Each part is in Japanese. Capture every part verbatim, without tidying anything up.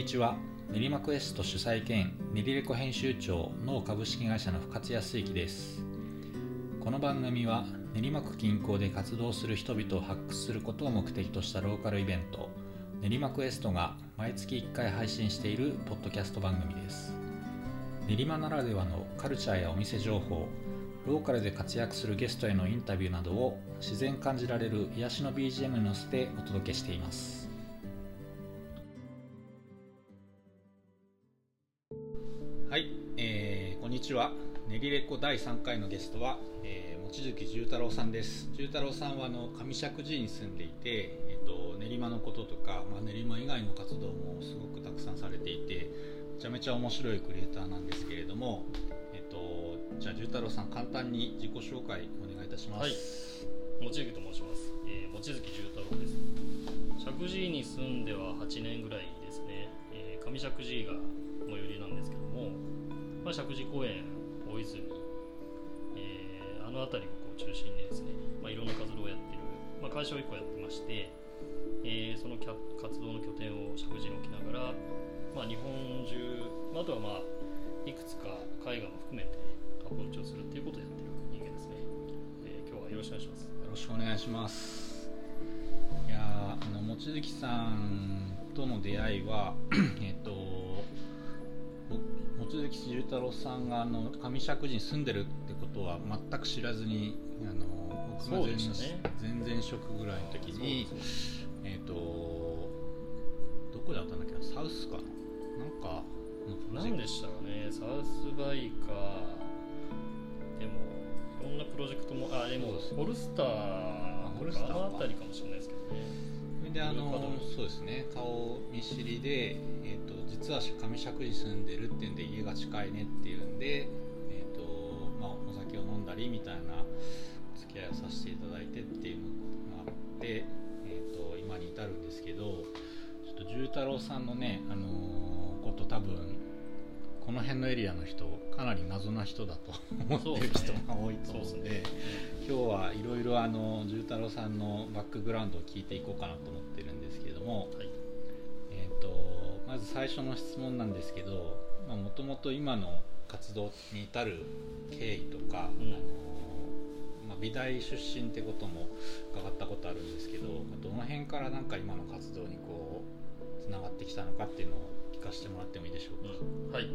にちは。練馬クエスト主催兼練りレコ編集長の株式会社の深津康之です。この番組は練馬区近郊で活動する人々を発掘することを目的としたローカルイベント、練馬クエストが毎月いっかい配信しているポッドキャスト番組です。練馬ならではのカルチャーやお店情報、ローカルで活躍するゲストへのインタビューなどを自然感じられる癒しの ビージーエム に乗せてお届けしています。はい、えー、こんにちは。練りレコだいさんかいのゲストは、えー、望月重太郎さんです。重太郎さんはあの上石神井に住んでいて、えー、と練馬のこととか、まあ、練馬以外の活動もすごくたくさんされていて、めちゃめちゃ面白いクリエイターなんですけれども、えー、とじゃあ重太郎さん、簡単に自己紹介お願いいたします。 はい、望月と申します。えー、望月重太郎です。石神井に住んでははちねんぐらいですね。えー、上石神井が最寄りなんですけども、まあ、石神井公園、大泉、えー、あの辺りをこう中心にですね、まあ、いろんな活動をやってる、まあ、会社をいっこやってまして、えー、そのキャ活動の拠点を石神井に置きながら、まあ、日本中、まあ、あとはまあいくつか海外も含めてアプローチをするっていうことをやってる人間ですね。えー、今日はよろしくお願いします。 よろしくお願いします。いやあの望月さんとの出会いはえっと望月重太郎さんがあの上石神井に住んでるってことは全く知らずに、あの僕が前前々職ぐらいの時に、えっとどこであったんだっけな、サウスかな、なんか何でしたかね、サウスバイか、でもいろんなプロジェクトも、あでもホルスターホルスターあの辺りかもしれないですけどね。 であのそうですね、顔見知りで、えー、と実は上石神井に住んでるっていうんで家が近いねっていうんで、えーとまあ、お酒を飲んだりみたいなお付き合いをさせていただいてっていうのがあって、えー、と今に至るんですけど、ちょっと重太郎さんのね、あのー、こと多分この辺のエリアの人かなり謎な人だと思ってる人が多いと思うので、ね、今日はいろいろあの重太郎さんのバックグラウンドを聞いていこうかなと思ってるんですけれども、はい、えー、とまず最初の質問なんですけど、もともと今の活動に至る経緯とか、うん、あのまあ、美大出身ってことも伺ったことあるんですけど、どの辺からなんか今の活動にこうつながってきたのかっていうのを聞かせてもらってもいいでしょうか。 うん、はい、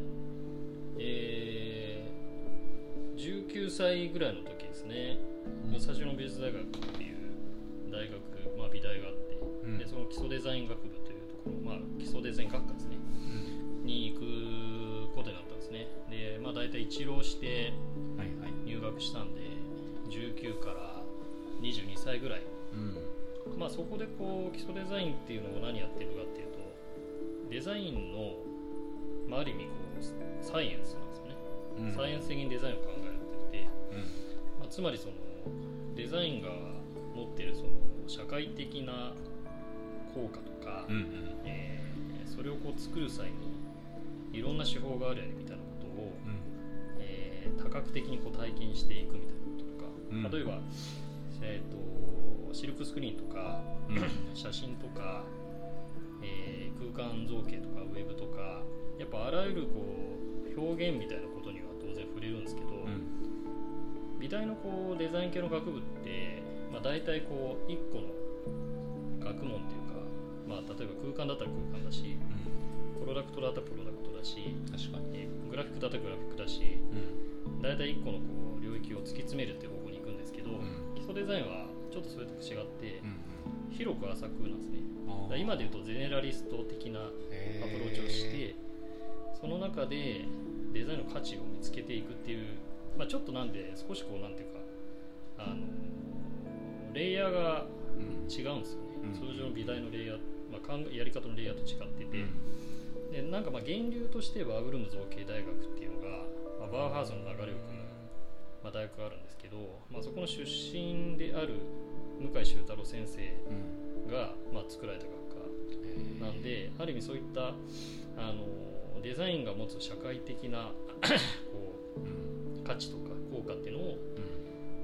えー、じゅうきゅうさいぐらいの時ですね、うん、武蔵野美術大学っていう大学、まあ、美大があって、うん、でその基礎デザイン学部というところ、まあ、基礎デザイン学科ですね、うん、に行くことになったんですね。で、まあ、大体一浪して入学したんで、じゅうきゅうからにじゅうにさいぐらい、うん、まあ、そこでこう基礎デザインっていうのを何やってるかっていうと、デザインの、まあ、ある意味こうサイエンスなんですよね、うん、サイエンス的にデザインを考えてて、うんまあ、つまりそのデザインが持っているその社会的な効果とか、うんうんえー、それをこう作る際にいろんな手法があるよねみたいなことを、うんえー、多角的にこう体験していくみたいなこととか、うん、例えば、えー、とシルクスクリーンとか、うん、写真とか、えー、空間造形とかウェブとか、やっぱあらゆるこう表現みたいなことには当然触れるんですけど、うん、美大のこうデザイン系の学部って、まあ、大体こういっこの学問っていうか、まあ、例えば空間だったら空間だし、うん、プロダクトだったらプロダクトだし、確かに、えー、グラフィックだったらグラフィックだし、うん、大体いっこのこう領域を突き詰めるっていう方向に行くんですけど、うん、基礎デザインはちょっとそれと違って、うんうん、広く浅くなんですね。だ今でいうとゼネラリスト的なアプローチをして、その中でデザインの価値を見つけていくっていう、まあ、ちょっとなんで少しこうなんていうか、あのレイヤーが違うんですよね、うん、通常の美大のレイヤー、まあ、やり方のレイヤーと違ってて、うん、でなんかまあ源流としてはアグルム造形大学っていうのが、まあ、バウハウスの流れを組む、まあ、大学があるんですけど、まあ、そこの出身である向井秀太郎先生が、まあ、作られた学科なんで、ある意味そういったあのデザインが持つ社会的なこう、うん、価値とか効果っていうのを、うん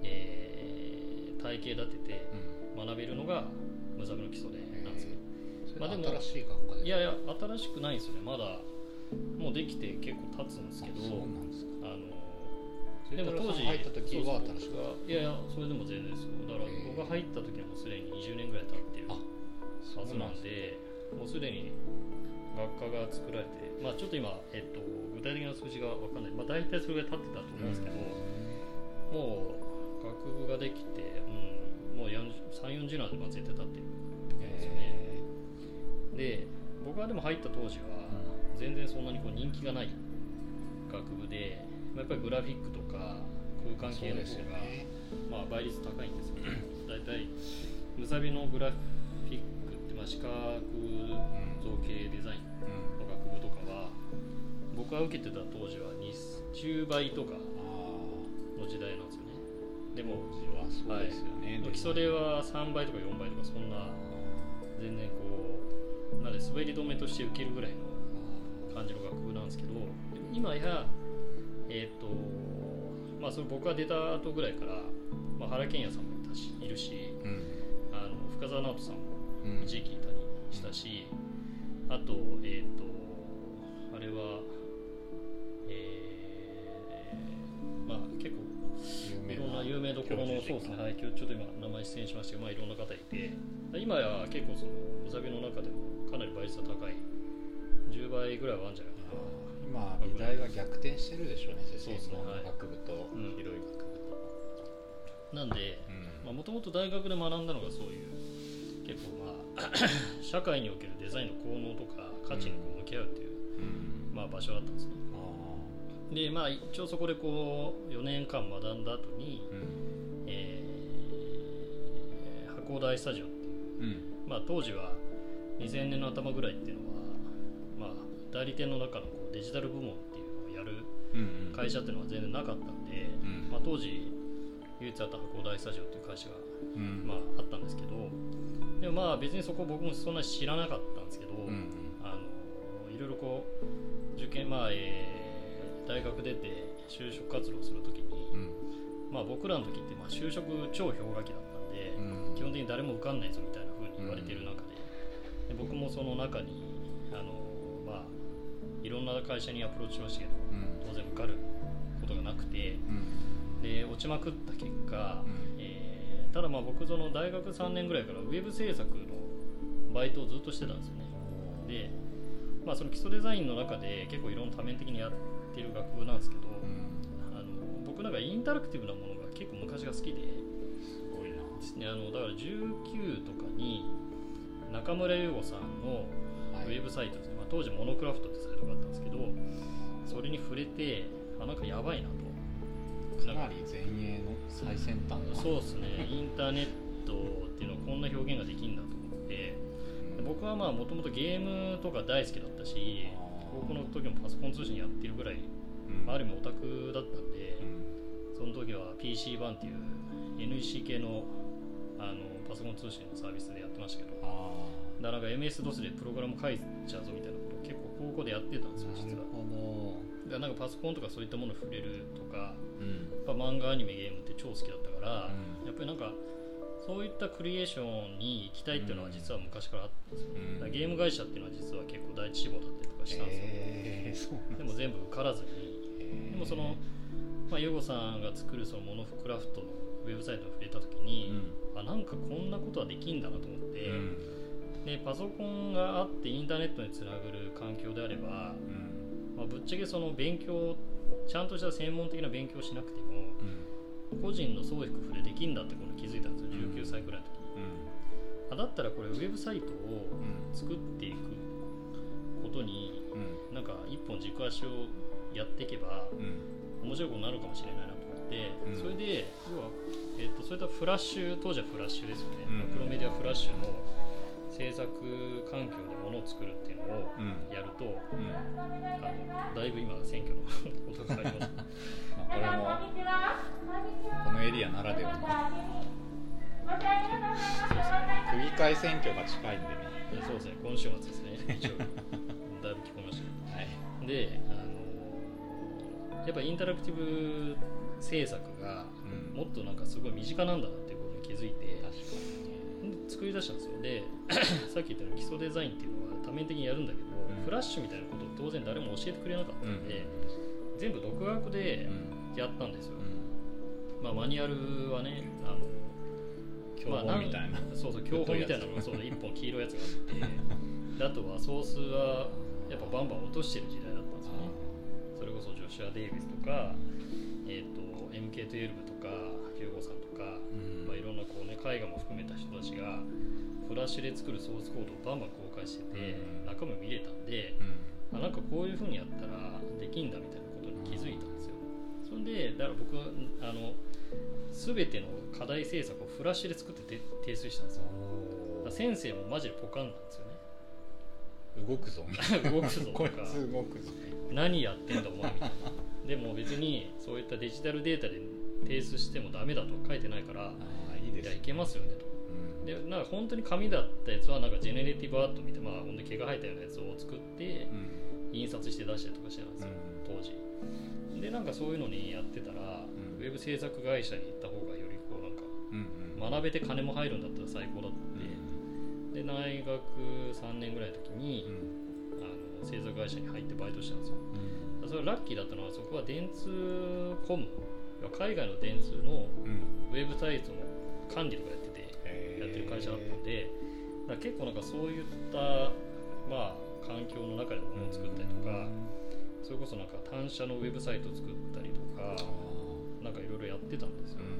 えー、体系立てて学べるのがムザブの基礎でなんですよ。 まあ、でも新しい学科ですか？ いやいや新しくないんですよね。まだもうできて結構経つんですけど、 そうなんですか。 あのでも当時入った時は新しく、 いやいやそれでも全然ですよ。だから僕が入った時はもうすでににじゅうねんぐらい経ってるはずなんで、もうすでに学科が作られて、まあちょっと今、えっと、具体的な数字が分かんない、まあ、大体それぐらい経ってたと思うんですけど、うん、もう学部ができて、うん、もうさんじゅう、よんじゅうなんで絶対経ってるんですよね。で僕がでも入った当時は全然そんなにこう人気がない学部で、やっぱりグラフィックとか空間系の方が、ね、まあ、倍率高いんですよね。だいたいムサビのグラフィックって、まあ、視覚造形デザインの学部とかは、僕が受けてた当時はにじゅうばいとかの時代なんですよね。でもそうですよね、 はい、基礎ではさんばいとかよんばいとか、そんな全然こうなんで滑り止めとして受けるぐらいの感じの学部なんですけど、今やえっ、ー、とまあそれ僕が出た後ぐらいから、まあ、原健也さんもいたしいるし、うん、あの深澤直人さんも一時期いたりしたし、うん、あとえっ、ー、とあれはえー、まあ結構いろんな有名どころのそうですね、はい、今日ちょっと今名前出演しましたけど、まあいろんな方いて、今や結構そのムサビの中でもかなり倍率が高いじゅうばいぐらいはあるんじゃないかな。 今美大は逆転してるでしょうね、 そうですね、 学部と広い学部と、 うん、なんでもともと大学で学んだのがそういう結構まあ社会におけるデザインの効能とか価値にこう向き合うっていう、うん、まあ、場所だったんですね。でまあ一応そこでこうよねんかん学んだ後に、うん、えー、博大スタジオっていう、うん、まあ当時はにせんねんの頭ぐらいっていうのは、まあ代理店の中のこうデジタル部門っていうのをやる会社っていうのは全然なかったんで、うん、まあ、当時唯一あった博大スタジオっていう会社が、うん、まああったんですけど、でもまあ別にそこ僕もそんなに知らなかったんですけど、うん、あのいろいろこう受験まあ、えー大学出て就職活動するときに、うん、まあ、僕らの時ってまあ就職超氷河期だったんで、うん、基本的に誰も受かんないぞみたいな風に言われてる中で、うん、で僕もその中にあの、まあ、いろんな会社にアプローチしましたけど、うん、当然受かることがなくて、うん、で落ちまくった結果、うん、えー、ただまあ僕その大学さんねんぐらいからウェブ制作のバイトをずっとしてたんですよね。で、まあ、その基礎デザインの中で結構いろんな多面的にやってっていう学部なんですけど、うん、あの僕なんかインタラクティブなものが結構昔が好きで、 すごいなですね、あのだからじゅうきゅうとかに中村優吾さんのウェブサイトですね、はい、まあ、当時モノクラフトってサイトがあったんですけど、それに触れて、あ、なんかやばいなと、 かなり前衛の最先端だな。 そうですね、インターネットっていうのはこんな表現ができるんだと思って、うん、僕はまあもともとゲームとか大好きだったし、高校の時もパソコン通信やってるぐらい、うん、ある意味オタクだったんで、うん、その時は ピーシー 版っていう エヌイーシー 系の、あのパソコン通信のサービスでやってましたけど、あだからなんか エムエスドス でプログラム書いちゃうぞみたいなことを結構高校でやってたんですよ、実は。だからなんかパソコンとかそういったものを触れるとか、うん、やっぱ漫画アニメゲームって超好きだったから、うん、やっぱりなんかそういったクリエーションに行きたいっていうのは実は昔からあったんですよ、うん、だからゲーム会社っていうのは実は結構第一志望だったりとかしたんですよ、えー、そうなんです。でも全部受からずに、えー、でもその、まあ、ユーゴさんが作るそのモノクラフトのウェブサイトに触れた時に、うん、あ、なんかこんなことはできんだなと思って、うん、でパソコンがあってインターネットにつながる環境であれば、うん、まあ、ぶっちゃけその勉強ちゃんとした専門的な勉強しなくても、うん、個人の創意工夫でできんだってことに気づいたんですよ、じゅうきゅうさいぐらいの時に、うん、あだったらこれウェブサイトを作っていくことに、うん、なんか一本軸足をやっていけば、うん、面白いことになるかもしれないなと思って、うん、それで要は、えー、とそういったフラッシュ、当時はフラッシュですよね、うん、プロメディアフラッシュの制作環境で物を作るっていうのをやると、うん、あのだいぶ今選挙のことがありますこれもこのエリアならではの区議会選挙が近いんでね。 そうですね、今週末ですね一応だいぶ聞こえました、はい、で、あのやっぱインタラクティブ制作がもっとなんかすごい身近なんだなっていうことに気づいて、 確かにね。 作り出したんですよ。でさっき言ったように基礎デザインっていうのは多面的にやるんだけど、うん、フラッシュみたいなことを当然誰も教えてくれなかったんで、うん、全部独学でやったんですよ、うん、まあマニュアルはねあの教本みたいな、 まあ、そうそう教本みたいなのがそういっぽん黄色いやつがあってであとはソースはやっぱバンバン落としてる時代だったんですよね。それこそジョシュア・デイビスとか、えー、と エムケーじゅうに とかヒューゴさんとか、うんまあ、いろんなこう、ね、絵画も含めた人たちがフラッシュで作るソースコードをバンバン公開してて、うん、中身見れたんで、うん、あなんかこういう風にやったらできんだみたいなことに気づいたんですよ。それでだから僕はあの全ての課題制作をフラッシュで作って提出したんですよ。だから先生もマジでポカンなんですよね。 動くぞ動くぞとかこいつ動くぞ何やってんだお前みたいなでも別にそういったデジタルデータで提出してもダメだとは書いてないからあいいです、ね、 いやいけますよねと、うん、でなんか本当に紙だったやつはなんかジェネレティブアートみたいな、まあ、本当に毛が生えたようなやつを作って、うん、印刷して出したりとかしてたんですよ、うん、当時でなんかそういうのにやってたら、うん、ウェブ制作会社に行った方がよりこうなんか、うんうん、学べて金も入るんだったら最高だって、うん、で大学さんねんぐらいの時に、うん、あの制作会社に入ってバイトしたんですよ、うん、それはラッキーだったのはそこは電通コム海外の電通のウェブサイトの管理とかやってて、うん、やってる会社だったんでだから結構なんかそういった、まあ、環境の中でものを作ったりとか、うん、それこそなんか単社のウェブサイトを作ったりとかなんかいろいろやってたんですよ、うん、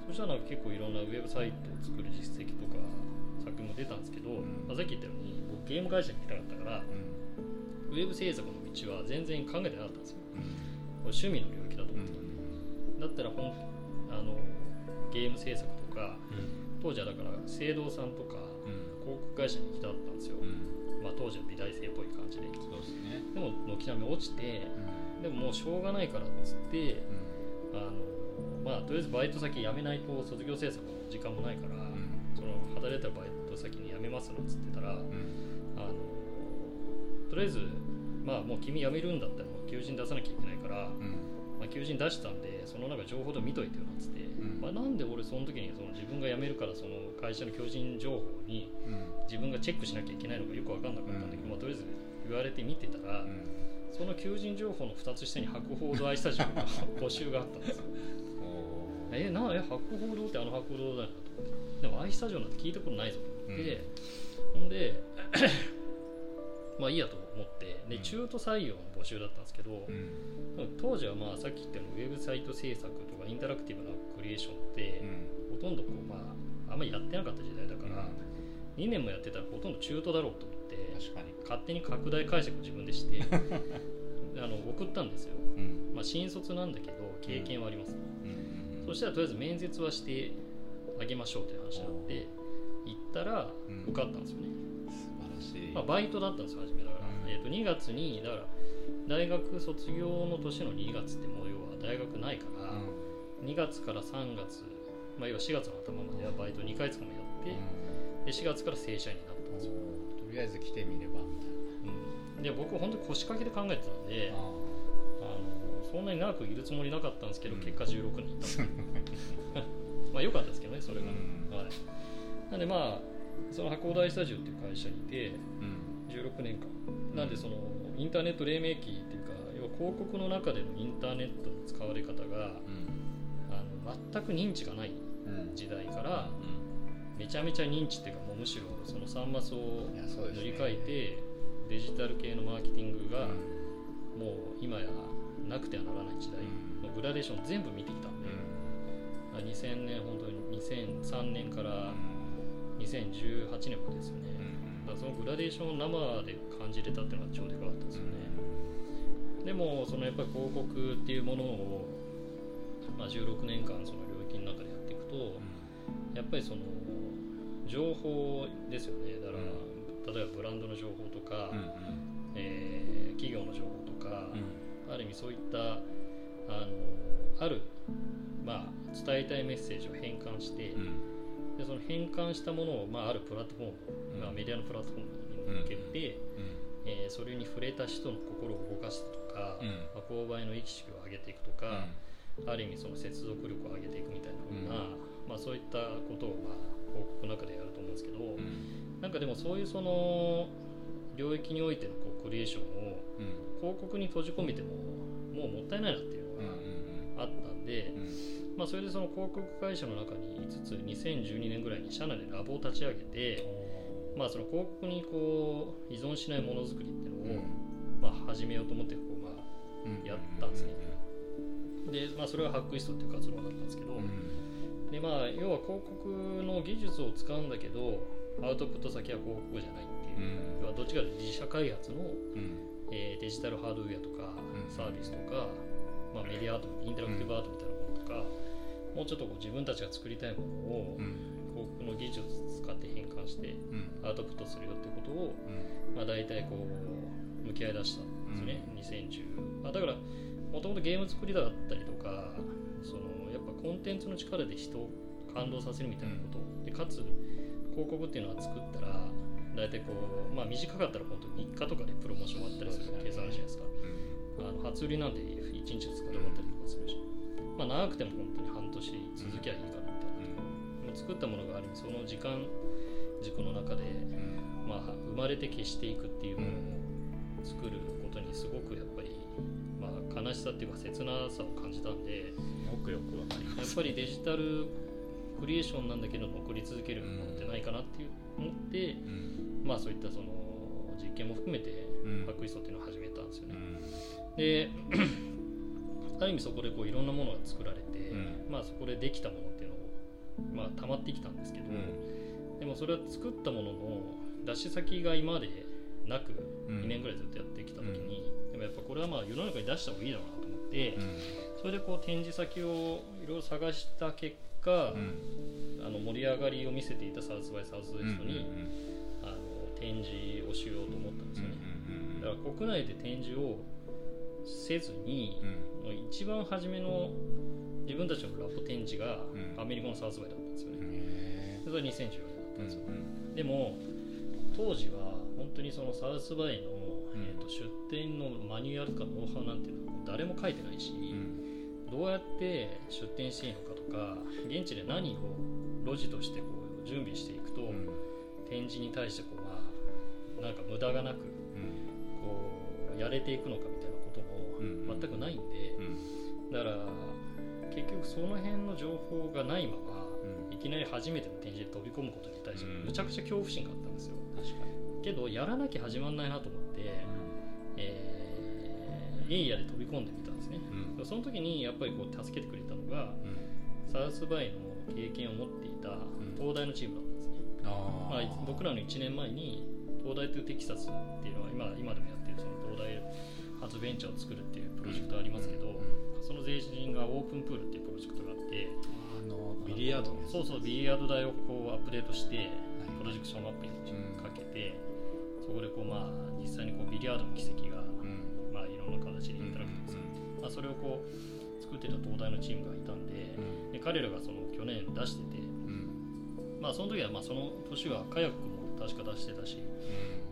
そしたらなんか結構いろんなウェブサイトを作る実績とか作品も出たんですけど、うんまあ、さっき言ったように僕ゲーム会社に行きたかったから、うん、ウェブ制作の道は全然考えてなかったんですよ、うん、これ趣味の領域だと思ってたんで、うん、だったら本あのゲーム制作とか、うん、当時はだから青堂さんとか、うん、広告会社に行きたかったんですよ、うんまあ、当時は美大生っぽい感じでそうですね、 でも軒並み落ちて、うん、でももうしょうがないからっつって、うん、あのまあとりあえずバイト先辞めないと卒業制作の時間もないから、うん、その働いたバイト先に辞めますなんつってたら、うん、あのとりあえずまあもう君辞めるんだったらもう求人出さなきゃいけないから、うんまあ、求人出したんでそのなんか情報で見といてよなんつって、うんまあ、なんで俺その時にその自分が辞めるからその会社の求人情報に自分がチェックしなきゃいけないのかよく分かんなかったんだけど、うんまあ、とりあえず言われて見てたら、うん、その求人情報のふたつ下に博報堂アイスタジオの募集があったんですよえなえ博報堂ってあの博報堂だよなと思ってでもアイスタジオなんて聞いたことないぞと思って、うん、ほんでまあいいやと思ってで中途採用の募集だったんですけど、うん、当時はまあさっき言ったようにウェブサイト制作とかインタラクティブなクリエーションって、うん、ほとんどこう、まあ、あんまりやってなかった時代だから、うん、にねんもやってたらほとんど中途だろうと思って確かに勝手に拡大解釈を自分でしてあの送ったんですよ、うんまあ、新卒なんだけど経験はあります、うん、そしたらとりあえず面接はしてあげましょうという話になって行ったら受かったんですよね、素晴らしい、まあ、バイトだったんですよ初めだから、うんえー、とにがつにだから大学卒業の年のにがつってもう要は大学ないから、うん、にがつからさんがつ、まあ、要はしがつの頭まではバイトにかげつかもやって、うん、でしがつから正社員になったんですよ。 とりあえず来てみればみたいな、 うん、で僕本当に腰掛けで考えてたんでああのそんなに長くいるつもりなかったんですけど、うん、結果じゅうろくにんいたんですよまあ良かったですけどねそれが、うんはい、なんでまあその博報大スタジオっていう会社にいて、うん、じゅうろくねんかんなんでそのインターネット黎明期っていうか要は広告の中でのインターネットの使われ方が、うん、あの全く認知がない時代から、うん、めちゃめちゃ認知っていうかもうむしろそのサンマスを塗り替えて、ね、デジタル系のマーケティングが、うん、もう今やなくてはならない時代のグラデーション全部見てきたんで、うん、にせんねん本当ににせんさんねんからにせんじゅうはちねんまでですよね、うん、だからそのグラデーションを生で感じれたっていうのが超でかかったんですよね、うん、でもそのやっぱり広告っていうものを、まあ、じゅうろくねんかんその領域の中でやっていくと、うん、やっぱりその情報ですよねだから、うん、例えばブランドの情報とか、うんうんえー、企業の情報とか、うん、ある意味そういったあのある、まあ、伝えたいメッセージを変換して、うん、でその変換したものを、まあ、あるプラットフォーム、うんまあ、メディアのプラットフォームに向けて、うんうんえー、それに触れた人の心を動かすとか、うんまあ、購買の意識を上げていくとか、うん、ある意味その接続力を上げていくみたいなような、うんまあ、そういったことを、まあ、 広告の中でやると思うんですけど、うん、なんかでもそういうその領域においてのこうクリエーションを広告に閉じ込めてももうもったいないなっていうのがあったんで、うんうんうん、まあ、それでその広告会社の中にいつつにせんじゅうにねんぐらいに社内でラボを立ち上げて、まあ、その広告にこう依存しないものづくりっていうのを、まあ、始めようと思ってこう、まあ、やったんですね。で、まあ、それがハックイストっていう活動だったんですけど、で、まあ、要は広告の技術を使うんだけどアウトプット先は広告じゃないっていう、要はどっちかというと自社開発の、えー、デジタルハードウェアとかサービスとか、まあ、メディアアート、インタラクティブアートみたいなものとか、もうちょっとこう自分たちが作りたいものを、うん、広告の技術を使って変換してアウトプットするよってことを、うん、まあ、大体こう向き合いだしたんですね、うん、にせんじゅう、まあ、だからもともとゲーム作りだったりとか、そのやっぱコンテンツの力で人を感動させるみたいなことで、かつ広告っていうのは作ったら大体こう、まあ、短かったら本当にみっかとかでプロモーション終わったりする計算あるじゃないですか。あの初売りなんていちにちふつかで終わったりとかするし、まあ、長くても本当に半年続きゃいいかなみたいな、うん、作ったものがある意味その時間軸の中で、うん、まあ、生まれて消していくっていうものを作ることにすごくやっぱり、まあ、悲しさっていうか切なさを感じたんで、 よくよくわかります。 やっぱりデジタルクリエーションなんだけど残り続けるものってないかなって思って、うん、まあ、そういったその実験も含めてハックイストっていうのを始めたんですよね、うん、である意味そこでこういろんなものが作られて、うん、まあ、そこでできたものっていうのを、まあ、溜まってきたんですけど、うん、でもそれは作ったものの出し先が今までなくにねんぐらいずっとやってきた時に、うん、でもやっぱこれはまあ世の中に出した方がいいだろうなと思って、うん、それでこう展示先をいろいろ探した結果、うん、あの盛り上がりを見せていたサウスバイサウスウエストに、うんうんうん、あの展示をしようと思ったんですよね、うんうんうん、だから国内で展示をせずに、うん、一番初めの自分たちのラボ展示がアメリカのサウスバイだったんですよね、うん、それがにせんじゅうよねんだったんですよ、うんうん、でも当時は本当にそのサウスバイの、うん、えーと出店のマニュアルとかノウハウなんていうのは誰も書いてないし、うん、どうやって出店していいのかとか現地で何をロジとしてこう準備していくと、うん、展示に対してこう、まあ、なんか無駄がなく、うん、こうやれていくのかみたいなことも全くないんで、うん、だから結局その辺の情報がないまま、うん、いきなり初めての展示で飛び込むことに対してむちゃくちゃ恐怖心があったんですよ。確かに。けどやらなきゃ始まんないなと思って、うん、えー、エイヤで飛び込んでみたんですね、うん、その時にやっぱりこう助けてくれたのが、うん、サウスバイの経験を持っていた東大のチームだったんですね、うん、あ、まあ、僕らのいちねんまえに東大というテキサスっていうのは 今, 今でもやってるその東大発ベンチャーを作るっていうプロジェクトありますけど、うんうんうん、その税人がオープンプールっていうプロジェクトがあって、 あのビリヤードの、 そうそうビリヤード台をこうアップデートしてプロジェクションマッピングにかけて、うん、そこでこう、まあ、実際にこうビリヤードの軌跡が、うん、まあ、いろんな形でインタラクティブされて、うんうん、まあ、それをこう作ってた東大のチームがいたんで、うん、で彼らがその去年出してて、うん、まあ、その時はまあその年はカヤックも確か出してたし、うん、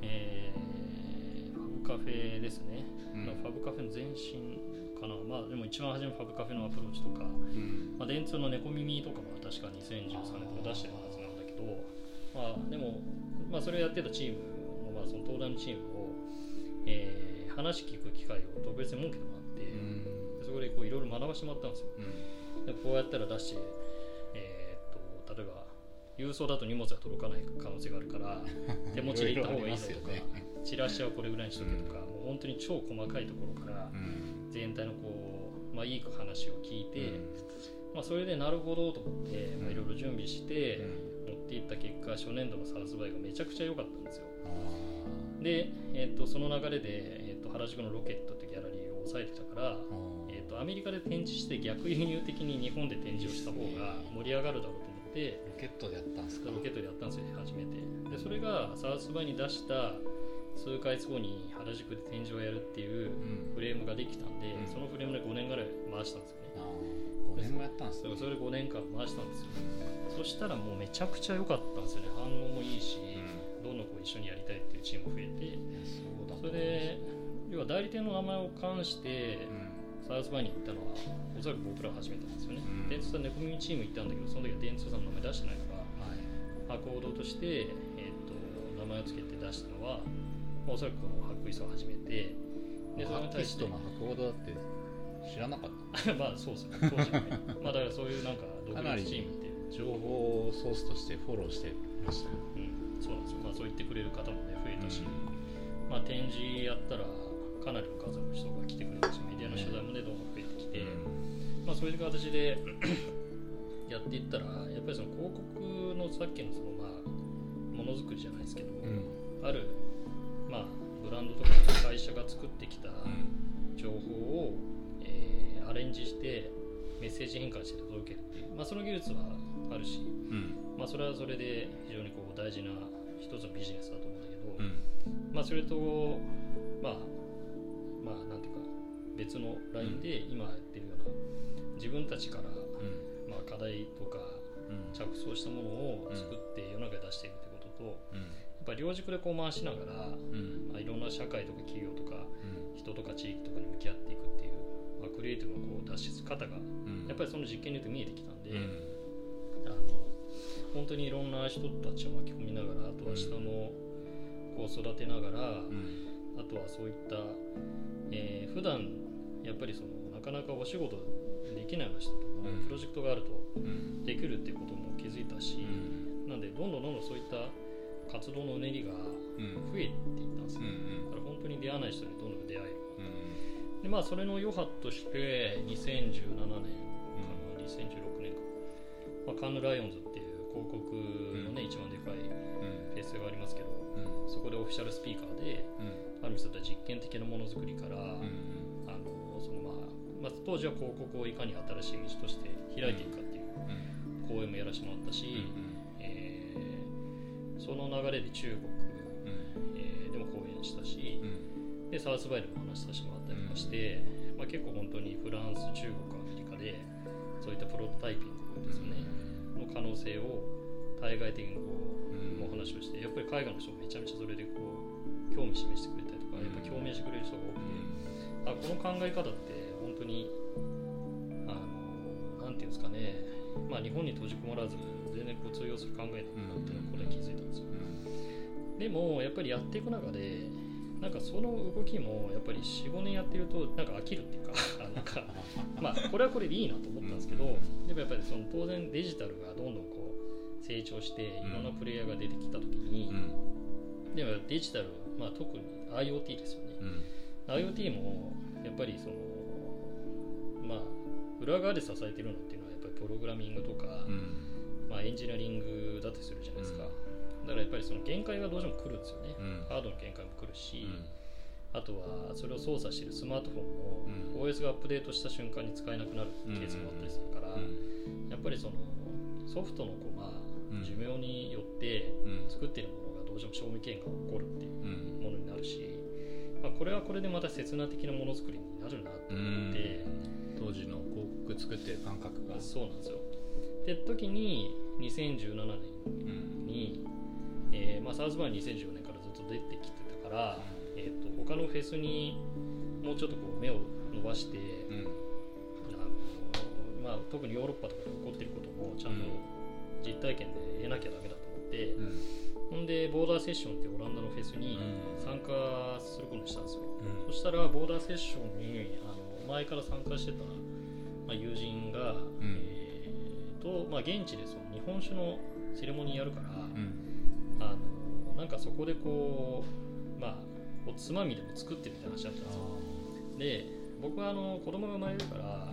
えー、ファブカフェですね、うん、ファブカフェの前身かな、まあ、でも一番初めファブカフェのアプローチとか、うん、まあ、電通の猫耳とかも確かにせんじゅうさんねんとか出してるはずなんだけど、まあ、でも、まあ、それをやってたチームの、まあ、その東大のチームを、えー、話聞く機会を特別に設けてもらって、うん、そこでこういろいろ学ばせてもらったんですよ、うん、でこうやったら出して、えー、っと例えば郵送だと荷物が届かない可能性があるから手持ちで行った方がいいぞとか、ね、チラシはこれぐらいにしとけとか、うん、もう本当に超細かいところから、うん、全体のこう、まあ、いい話を聞いて、うん、まあ、それでなるほどと思って、まあ、いろいろ準備して、うん、持っていった結果初年度のサウスバイがめちゃくちゃ良かったんですよ。で、えー、とその流れで、えー、と原宿のロケットってギャラリーを抑えてたから、えー、とアメリカで展示して逆輸入的に日本で展示をした方が盛り上がるだろうと思ってロケットでやったんですか。 ロケットでやったんですよ初めて。でそれがサウスバイに出した数ヶ月後に原宿で展示をやるっていうフレームができたんで、うん、そのフレームでごねんぐらい回したんですよね。 あごねんもやったんですね。 それでごねんかん回したんですよ、うん、そしたらもうめちゃくちゃ良かったんですよね。反応もいいし、うん、どんどんこう一緒にやりたいっていうチームも増えて、そうだ、それで要は代理店の名前を冠して、うん、サウスバイに行ったのはおそらく僕ら初めてなんですよね、うん、電通さん猫耳チーム行ったんだけどその時は電通さんの名前出してないから、はい、 博報堂として、えー、と名前を付けて出したのはおそらくこの白衣装を始めて、 でそれに対してアーティストの博報堂だって知らなかったまあそうですね当時はねまあだからそういうなんか独立チームっていう情報ソースとしてフォローしてましたよ、 うん、そうなんですよ、まあ、そう言ってくれる方もね増えたし、うん、まあ展示やったらかなりの数の人が来てくれるし、メディアの取材もねどんどん増えてきて、うん、まあそういう形でやっていったらやっぱりその広告のさっきのそのまあものづくりじゃないですけど、うん、あるまあブランドとか会社が作ってきた情報を、えー、アレンジしてメッセージ変換して届けるっていう、まあ、その技術はあるし、うんまあ、それはそれで非常にこう大事な一つのビジネスだと思うんだけど、うんまあ、それとまあまあなんていうか別のラインで今やってるような自分たちから、うんまあ、課題とか着想したものを作って世の中に出しているということと、うん、やっぱり両軸でこう回しながら、うんまあ、いろんな社会とか企業とか、うん、人とか地域とかに向き合っていくっていう、まあ、クリエイティブのこう脱出方が、うん、やっぱりその実験によって見えてきたんで、うん、あの本当にいろんな人たちを巻き込みながら、あとは下の子を育てながら、うん、あとはそういった、えー、普段やっぱりそのなかなかお仕事できないような人ともプロジェクトがあるとできるっていうことも気づいたし、うん、なんでどんどんどんどんそういった活動のうねりが増えていったんですよ、うん、だから本当に出会わない人にどんどん出会える、うん、でまあそれの余波としてにせんじゅうななねんかな、にせんじゅうろくねんか、まあ、カンヌライオンズっていう広告のね、うん、一番でかいフェスがありますけど、うん、そこでオフィシャルスピーカーで、うん、ある人たち実験的なものづくりから、うん、あのそのまあまあ、当時は広告をいかに新しい道として開いていくかっていう講演もやらせてもらったし、うんえー、その流れで中国、うんえー、でも講演したし、うん、でサウスバイでも話させてもらったりとかして、うんまあ、結構本当にフランス、中国、アメリカでそういったプロトタイピングですよね、うん、の可能性を対外的にこう、うん、お話をして、やっぱり海外の人もめちゃめちゃそれでこう興味示してくれたりとか、やっぱ共鳴してくれる人が多くて、うん、あこの考え方って本当にあのなんていうんですかね、まあ、日本に閉じこもらず全然こう通用する考えだなっていうのをこれ気づいたんですよ、うん、でもやっぱりやっていく中でなんかその動きもやっぱり よん,ご 年やってるとなんか飽きるっていうかなんかまあこれはこれでいいなと思ったんですけど、でもやっぱりその当然デジタルがどんどんこう成長していろんなプレイヤーが出てきたときに、うん、でもデジタル、まあ、特に IoT ですよね、うん、IoT もやっぱりそのまあ裏側で支えてるのっていうのはやっぱりプログラミングとか、うんまあ、エンジニアリングだったりするじゃないですか、うん、だからやっぱりその限界がどうしても来るんですよね、うん、ハードの限界も来るし、うん、あとはそれを操作しているスマートフォンも オーエス がアップデートした瞬間に使えなくなるケースもあったりするから、うん、やっぱりそのソフトのこう、まあ、寿命によって作っているものがどうしても賞味期限が起こるっていうものになるし、まあ、これはこれでまた刹那的なものづくりになるなと思って、 当時の広告作ってる感覚がそうなんですよ。で時ににせんじゅうななねんに、うんえーまあ、サウスバイにせんじゅうよねんからずっと出てきてたから、うんえー、と他のフェスにもうちょっとこう目を伸ばして、うんあのまあ、特にヨーロッパとかで起こっていることもちゃんと実体験で得なきゃダメだと思って、うんほんでボーダーセッションっていうオランダのフェスに参加することにしたんですよ、うん、そしたらボーダーセッションにあの前から参加してた、まあ、友人が、うんえーとまあ、現地でその日本酒のセレモニーやるから、うん、あのなんかそこでこう、まあ、おつまみでも作ってみたいな話だったんですよ。で僕はあの子供が生まれるから、うん、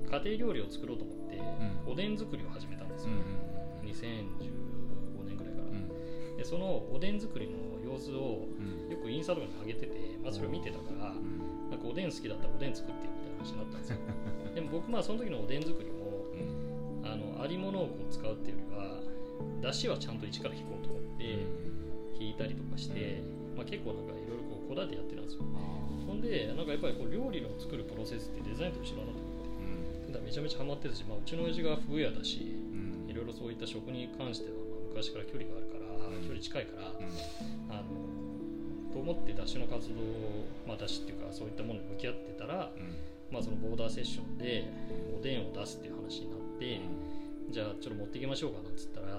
家庭料理を作ろうと思って、うん、おでん作りを始めたんですよ、うん、にせんじゅうでそのおでん作りの様子をよくインスタとかに上げてて、まあ、それを見てたから、うん、なんかおでん好きだったらおでん作ってみたいな話になったんですよでも僕まあその時のおでん作りも、うん、あのありものをこう使うっていうよりは出汁はちゃんと一から引こうと思って引いたりとかして、うんまあ、結構なんかいろいろこうこだわってやってるんですよ。ほんでなんかやっぱりこう料理の作るプロセスってデザインと一緒だなと思って、うん、だからめちゃめちゃハマってるし、まあ、うちの親父がフグ屋だし、うん、いろいろそういった食に関してはまあ昔から距離があるから距離近いから、うん、あのと思って出汁の活動、まあ、出汁っていうかそういったものに向き合ってたら、うんまあ、そのボーダーセッションでおでんを出すっていう話になって、うん、 じゃあちょっと持っていきましょうかなんつったら、うん、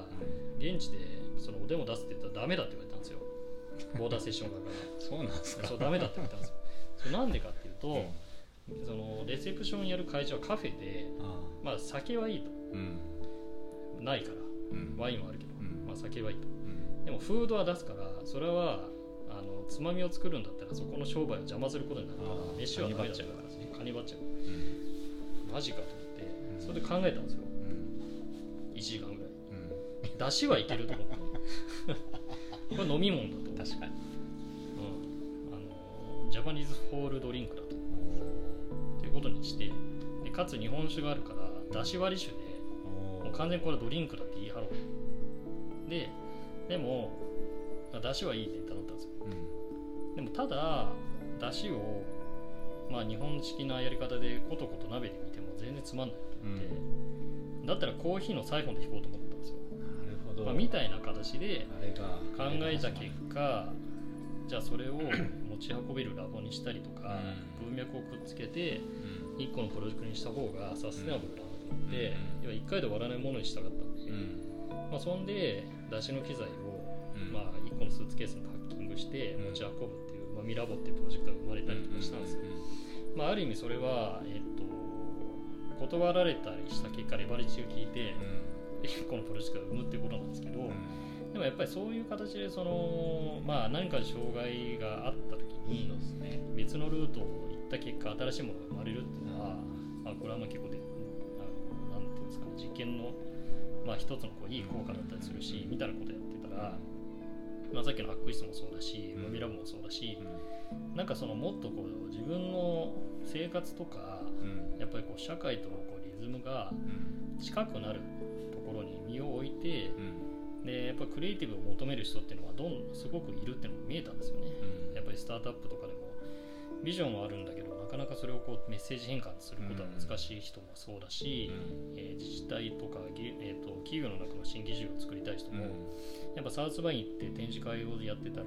現地でそのおでも出すって言ったらダメだって言われたんですよボーダーセッション側からそうなんですか。 そうダメだって言われたんですよそれなんでかっていうと、うん、そのレセプションやる会場はカフェで、あまあ酒はいいと、うん、ないから、うん、ワインはあるけど、うんまあ、酒はいいと、うん、でもフードは出すからそれはあのつまみを作るんだったらそこの商売を邪魔することになるから飯はダメだっちゃうからカニバっちゃう、うん、マジかと思ってそれで考えたんですよ、うん、いちじかんぐらい、うん、出汁はいけると思ってこれ飲み物だと確かに、 うん、あのジャパニーズホールドリンクだとっていうことにしてでかつ日本酒があるから出汁割り酒でもう完全にこれはドリンクだって言い張ろうででも出汁はいいって頼んだんですよ、うん、でもただ出汁をまあ日本式なやり方でコトコト鍋で煮ても全然つまんないと思って、うん、だったらコーヒーのサイフォンで引こうと思ったんですよ。 なるほど、 まあ、みたいな形で考えた結果じゃあそれを持ち運べるラボにしたりとか、うん、文脈をくっつけていっこのプロジェクトにした方がサステナブルだなと思って、うん、要はいっかいで終わらないものにしたかったんで、うんまあ、そんで出汁の機材を、うんまあ、いっこのスーツケースにパッキングして持ち運ぶっていう、まあ、ミラボっていうプロジェクトが生まれたりとかしたんですよ、うんまあ、ある意味それは、えっと、断られたりした結果レバレッジを聞いて、うん、いっこのプロジェクトが生むっていうことなんですけど、うん、でもやっぱりそういう形でその、まあ、何か障害があった時に別のルートを行った結果新しいものが生まれるっていうのは、まあ、これはまあ結構であのなんていうんですかね実験の、まあ、一つのこういい効果だったりするしみたいなことやってたら、まあ、さっきのハックイスもそうだしモビラボもそうだし、うん、なんかそのもっとこう自分の生活とか、うん、やっぱりこう社会とのこうリズムが近くなるところに身を置いて、うん、でやっぱりクリエイティブを求める人っていうのはどんすごくいるっていうのが見えたんですよね、うん、やっぱりスタートアップとかでもビジョンはあるんだけどなかなかそれをこうメッセージ変換することは難しい人もそうだし、うんえー、自治体とか、えー、と企業の中の新規事業を作りたい人も、うん、やっぱサウスバイン行って展示会をやってたら、うん、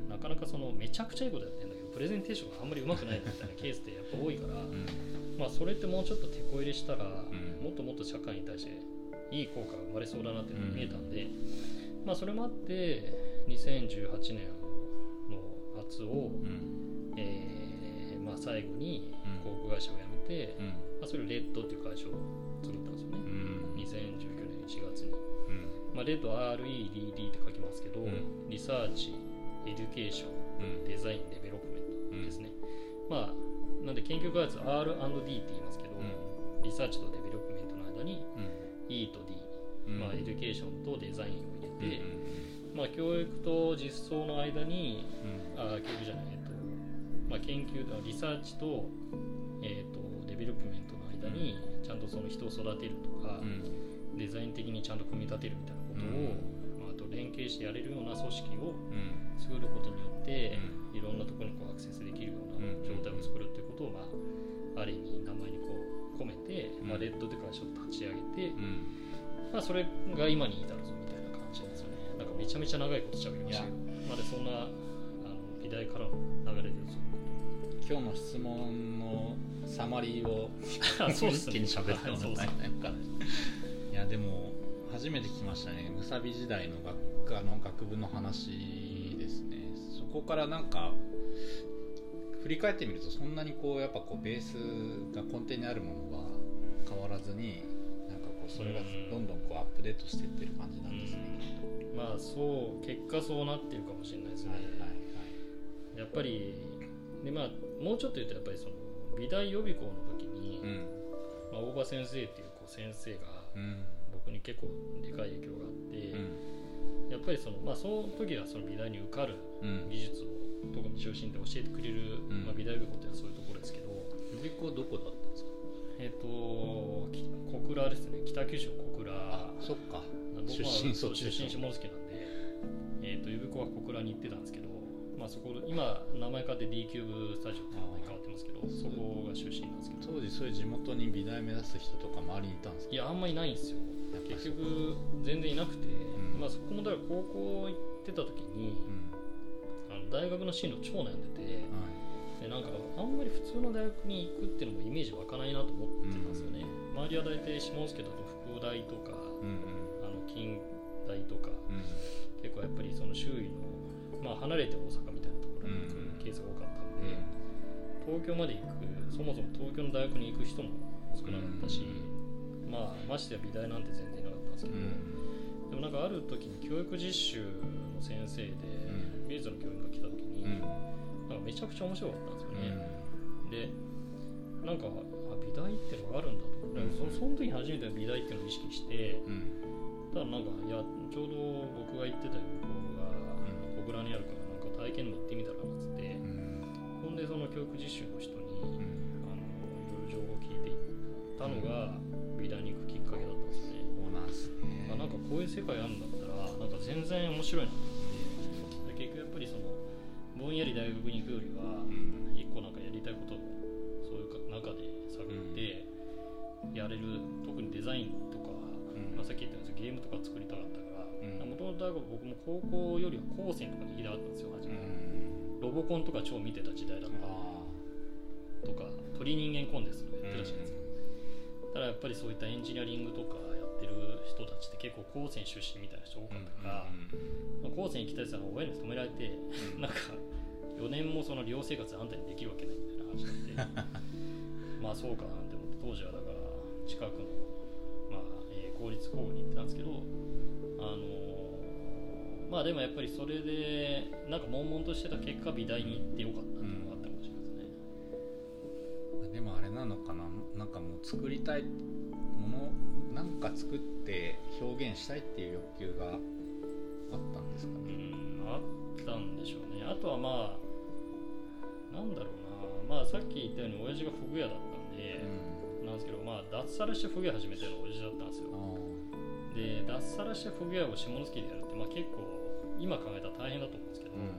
なかなかそのめちゃくちゃいいことやってるんだけどプレゼンテーションがあんまりうまくないみたいなケースってやっぱ多いから、うんまあ、それってもうちょっと手こ入れしたら、うん、もっともっと社会に対していい効果が生まれそうだなっていうのが見えたんで、うんまあ、それもあってにせんじゅうはちねんの夏を、うんえーまあ、最後に航空会社を辞めて、うんまあ、それをレッドっていう会社を作ったんですよね、うん、にせんじゅうきゅうねんいちがつに、うんまあ、レッド アールイーディーディー って書きますけど、うん、リサーチ、エデュケーション、うん、デザイン、デベロップメントですね、うん、まあなんで研究開発 アールアンドディー って言いますけど、うん、リサーチとデベロップメントの間に、うん、E と D、うんまあ、エデュケーションとデザインを入れて、うんまあ、教育と実装の間に、うん、あ教育じゃない、えっとまあ、研究リサーチと、えっとデベロップメントの間にちゃんとその人を育てるとか、うん、デザイン的にちゃんと組み立てるみたいなことを、うんまあ、あと連携してやれるような組織を作ることによって、うん、いろんなところにこうアクセスできるような状態を作るということを、まあ、ある意味名前にこう込めて、うんまあ、レッドという会社を立ち上げて、うんまあ、それが今に至るぞみたいな感じなんですよね。なんかめちゃめちゃ長いことしゃべりましたけど、まあ、でそんなあの美大からの流れで今日の質問のサマリーをそうですね、 一気に喋ったのが大変かいやでも初めて聞きましたね。ムサビ時代の学科の学部の話ですね。そこからなんか振り返ってみるとそんなにこうやっぱこうベースが根底にあるものは変わらずになんかこうそれがどんどんこうアップデートしていってる感じなんですね。 まあそう結果そうなってるかもしれないですね、はいはいはい、やっぱりで、まあ、もうちょっと言うとやっぱりその美大予備校の時に、うんまあ、大場先生っていうこう先生が僕に結構でかい影響があって、うん、やっぱりその、まあ、その時はその美大に受かる技術を、うん、特に中心で教えてくれる、うんまあ、美大予備校っていうのはそういうところですけど、 予備校どこだったんですか？ えっ、ー、と小倉ですね。北九州の小倉。 あ、そっか。出身そっちでしょ。 出身下関なんで、えっ、ー、と予備校は小倉に行ってたんですけど、まあそこ今名前変わって D キューブスタジオって名前変わってますけど、そこが出身なんですけど。 当時そういう地元に美大目指す人とか周りにいたんですか？ いやあんまりいないんですよ。結局全然いなくて、うん、まあそこもだから高校行ってた時に、うん、あの大学の進路超悩んでて。はいでなんかあんまり普通の大学に行くっていうのもイメージ湧かないなと思ってたんですよね、うん、周りは大体下関だと福京大とか、 うんうん、 あの近大とか、 うん、 結構やっぱりその周囲の、まあ、離れて大阪みたいなところに行くケースが多かったので、うん、東京まで行く、そもそも東京の大学に行く人も少なかったし、うん、まあましてや美大なんて全然いなかったんですけど、うん、でもなんかある時に教育実習の先生で、うん、美術の教員が来た時に、うん、なんかめちゃくちゃ面白かったんですよね、うん、でなんかあ美大ってのがあるんだと、うん、そ, その時に初めて美大っていうのを意識して、うん、ただなんかいやちょうど僕が行ってた予報が小倉にあるからなんか体験に行ってみたらなっつって、うん、ほんでその教育実習の人に、うん、あのいろいろ情報を聞いていったのが美大に行くきっかけだったんですよね。 そうなんですね。 なんかこういう世界あるんだったらなんか全然面白いなと思って、結局やっぱりそのぼんやり大学に行くよりは、うん、一個なんかやりたいことをそういう中で探ってやれる、うん、特にデザインとか、うんまあ、さっき言ったようにゲームとか作りたかったから、もともと僕も高校よりは高専とかに行きたかったんですよ初め、うん、ロボコンとか超見てた時代だったとか鳥人間コンテストとかやってたじゃないですか、うん、ただやっぱりそういったエンジニアリングとかやってる人たちって結構高専出身みたいな人多かったから、うん、高専行きたいって言ったら親に止められて、うん、なんかよねんもその寮生活あんたにできるわけないみたいな話になってまあそうかなんて思って当時はだから近くの、まあえー、公立高校に行ってたんですけど、あのー、まあでもやっぱりそれでなんか悶々としてた結果美大に行ってよかったっていうのがあったかもしれないですね、 うん、でもあれなのかな、なんかもう作りたいものなんか作って表現したいっていう欲求があったんですかね。 うん、あったんでしょうね。あとはまあなんだろうな、まあさっき言ったように親父がフグ屋だったんで、うん、なんですけど、まあ脱サラしてフグ屋始めてるのが親父だったんですよ。で脱サラしてフグ屋を下関でやるって、まあ、結構今考えたら大変だと思うんですけど、うん、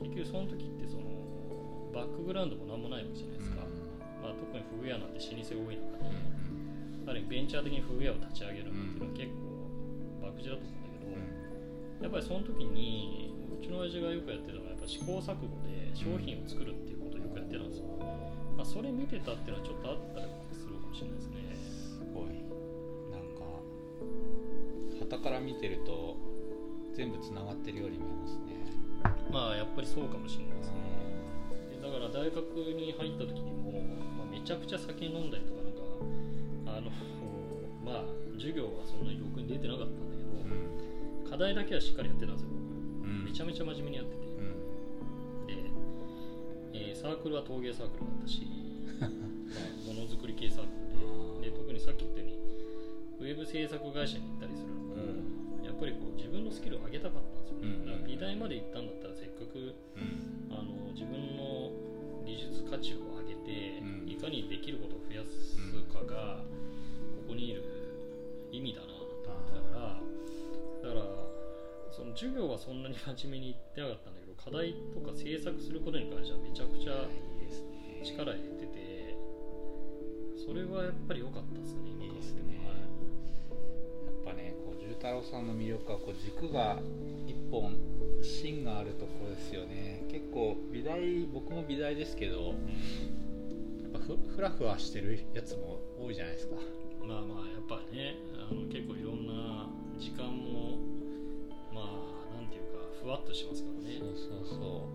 結局その時ってそのバックグラウンドもなんもないわけじゃないですか、うんまあ、特にフグ屋なんて老舗が多い中で、うん、ある意味ベンチャー的にフグ屋を立ち上げるっていうのは結構博打だと思うんだけど、うん、やっぱりその時にうちの親父がよくやってたのはやっぱ試行錯誤で商品を作るっていうことをよくやってたんですよ、まあ、それ見てたっていうのはちょっとあったりするかもしれないですね。 すごいなんか傍から見てると全部つながってるように見えますね。 まあやっぱりそうかもしれないですね。でだから大学に入った時にも、まあ、めちゃくちゃ酒飲んだりとかなんかあのまあ授業はそんなにろくに出てなかったんだけど、うん、課題だけはしっかりやってたんですよ僕、うん、めちゃめちゃ真面目にやってて、うん、で、えー、サークルは陶芸サークルだったしまあものづくり系サークルで、で特にさっき言ったようにウェブ制作会社に行ったりするのも、うん、やっぱりこう自分のスキルを上げたかったんですよね、うん、だから美大まで行ったんだったらせっかく、うん、あの自分の技術価値を上げて、うん、いかにできることを増やすかが、ここにいる意味だなと思ったから、だからその授業はそんなに真面目に言ってなかったんだけど課題とか制作することに関してはめちゃくちゃ力入れてて、それはやっぱり良かったですね。 いいですね。やっぱね、こう重太郎さんの魅力はこう軸が一本芯があるところですよね。結構美大、僕も美大ですけど、うん、やっぱ ふ, ふらふわしてるやつも多いじゃないですか。 まあまあやっぱりね、あの結構いろんな時間もまあなんていうかふわっとしますからね。 そうそうそう。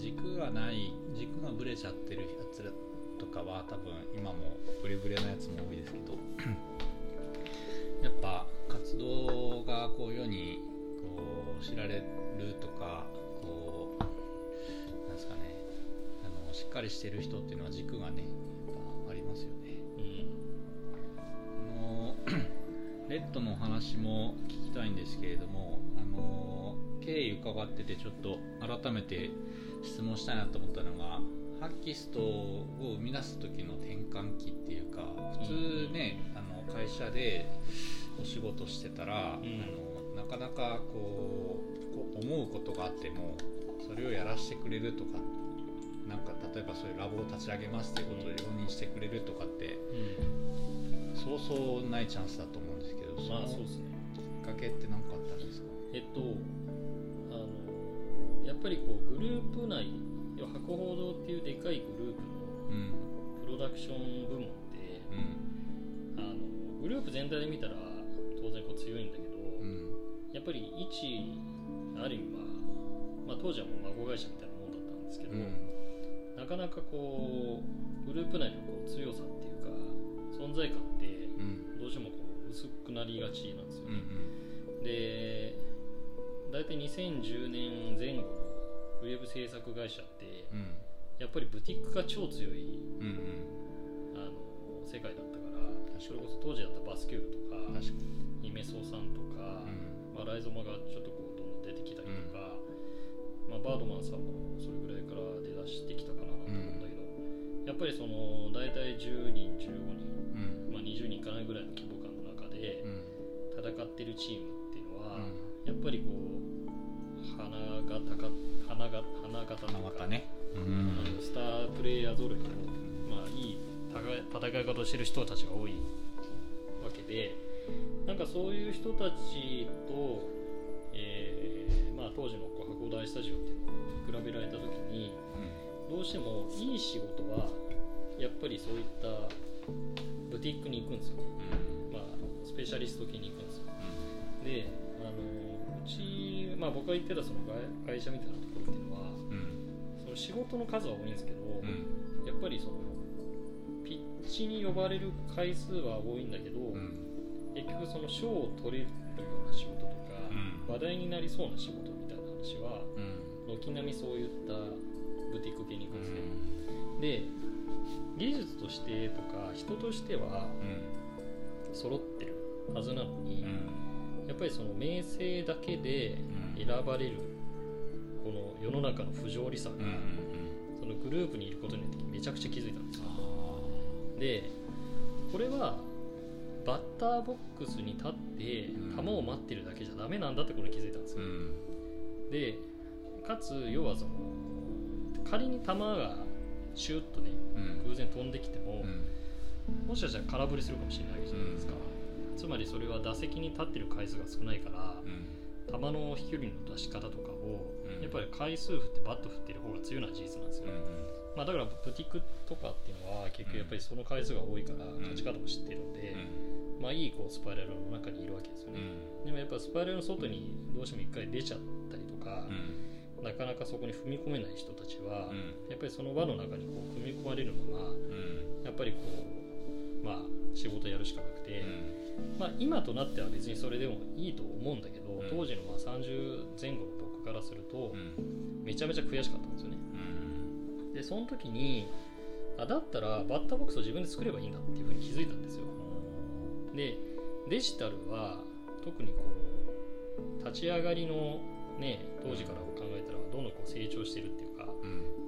軸がない軸がぶれちゃってるやつらとかは多分今もブレブレなやつも多いですけどやっぱ活動がこう世にこう知られるとかこうなんですかね、あのしっかりしてる人っていうのは軸がねやっぱありますよね、うん、あのレッドの話も聞きたいんですけれども、あの経緯伺っててちょっと改めて質問したいなと思ったのが、ハッキストを生み出す時の転換期っていうか、普通ね、うん、あの会社でお仕事してたら、うん、あのなかなかこう、こう思うことがあってもそれをやらせてくれるとか、なんか例えばそういうラボを立ち上げますっていうことで容認してくれるとかって、うん、そうそうないチャンスだと思うんですけど、 まあそうですね、 きっかけって何かあったんですか？ えっとあのやっぱりこうグループ内、博報堂っていうでかいグループのプロダクション部門って、うん、あのグループ全体で見たら当然こう強いんだけど、うん、やっぱり一ある意味は、まあ、当時はもう孫会社みたいなものだったんですけど、うん、なかなかこうグループ内のこう強さっていうか存在感ってどうしてもこう薄くなりがちなんですよね、うんうん、でだいたいにせんじゅうねんぜん後のウェブ制作会社って、うん、やっぱりブティックが超強い、うんうん、あの世界だったからそれこそ当時だったバスキューとかイメソさんとか、うんまあ、ライゾマがちょっとこうどんどん出てきたりとか、うんまあ、バードマンさんもそれぐらいから出だしてきたかなと思うんだけど、うん、やっぱりそのだいたいじゅうにんじゅうごにん、うんまあ、にじゅうにんいかないぐらいの規模感の中で戦ってるチームっていうのは、うん、やっぱりこう鼻が高鼻が鼻型とか、ねうん、あのスタープレイヤー揃いの、まあ、いい戦い方をしてる人たちが多いわけで、なんかそういう人たちと、えーまあ、当時のこう博報大スタジオっていうのを比べられた時に、うん、どうしてもいい仕事はやっぱりそういったブティックに行くんですよ、うんまあ、スペシャリスト系に行くんですよ、うん、であのうち、まあ、僕が言ってたその会社みたいなところっていうのは、うん、その仕事の数は多いんですけど、うん、やっぱりそのピッチに呼ばれる回数は多いんだけど、うん、結局その賞を取れるような仕事とか、うん、話題になりそうな仕事みたいな話は、うん、軒並みそういったブティック系に行くんですね、うん、で技術としてとか人としては揃ってるはずなのに、うん、やっぱりその名声だけで選ばれるこの世の中の不条理さが、うんうんうん、そのグループにいることによってめちゃくちゃ気づいたんですよ。でこれはバッターボックスに立って球を待ってるだけじゃダメなんだってこれ気づいたんですよ、うん、でかつ要はその仮に球がシュッとね、うん、偶然飛んできても、うん、もしかしたら空振りするかもしれないじゃないですか、うん、つまりそれは打席に立ってる回数が少ないから、うん、球の飛距離の出し方とかを、うん、やっぱり回数振ってバット振ってる方が強いのは事実なんですよ、うんまあ、だからブティックとかっていうのは結局やっぱりその回数が多いから勝ち方も知ってるんで、うんまあ、いいこうスパイラルの中にいるわけですよね、うん、でもやっぱスパイラルの外にどうしても一回出ちゃったりとか、うん、なかなかそこに踏み込めない人たちは、うん、やっぱりその輪の中にこう踏み込まれるまま、うん、やっぱりこう、まあ、仕事やるしかなくて、うんまあ、今となっては別にそれでもいいと思うんだけど、うん、当時のまあさんじゅうぜん後の僕からすると、うん、めちゃめちゃ悔しかったんですよね、うん、でその時にあだったらバッターボックスを自分で作ればいいんだっていうふうに気づいたんですよ。でデジタルは特にこう立ち上がりのね当時から考えたらどんどんこう成長してるっていうか、うん、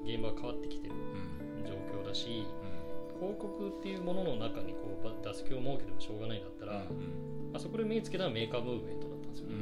現場が変わってきてる状況だし、うん、広告っていうものの中にこう打席を設けてもしょうがないんだったら、うん、あそこで目つけたらメーカームーブメントだったんですよね、うん、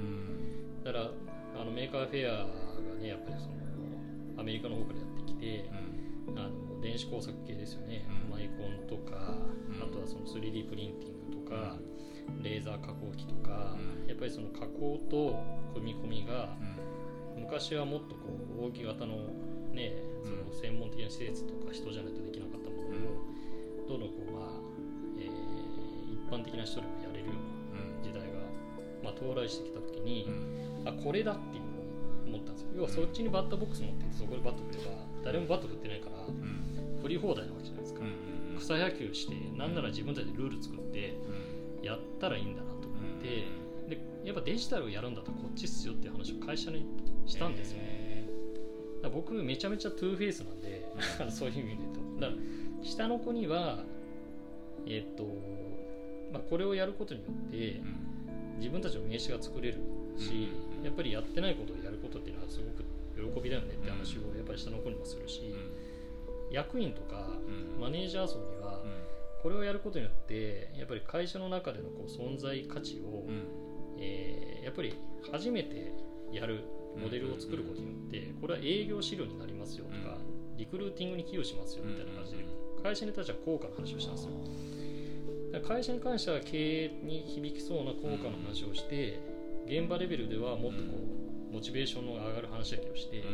だからあのメーカーフェアがねやっぱりそのアメリカの方からやってきて、うん、あの電子工作系ですよね、うん、マイコンとか、うん、あとはその スリーディー プリンティングとか、うん、レーザー加工機とか、うん、やっぱりその加工と組み込みが、うん、昔はもっとこう扇形のねその専門的な施設とか人じゃないとできなかったものを、うん、どんどんこうまあ、えー、一般的な人でもやれるような時代が、まあ、到来してきた時に、うん、あこれだっていうのを思ったんですよ。要はそっちにバッターボックス持っていてそこでバット振れば誰もバット振ってないから、うん、振り放題なわけじゃないですか、うん、草野球してなんなら自分たちでルール作ってやったらいいんだなと思って、うん、でやっぱデジタルをやるんだったらこっちっすよっていう話を会社にしたんですよね。だから僕めちゃめちゃトゥーフェイスなんでそういう意味で言うとだから下の子にはえっと、まあ、これをやることによって自分たちの名刺が作れるし、うん、やっぱりやってないことをやることっていうのはすごく喜びだよねって話をやっぱり下の子にもするし、うん、役員とかマネージャー層にはこれをやることによってやっぱり会社の中でのこう存在価値を、うんえー、やっぱり初めてやるモデルを作ることによってこれは営業資料になりますよとかリクルーティングに寄与しますよみたいな感じで会社に対しては効果の話をしたんですよ。だから会社に関しては経営に響きそうな効果の話をして現場レベルではもっとこうモチベーションの上がる話だけをして、うん、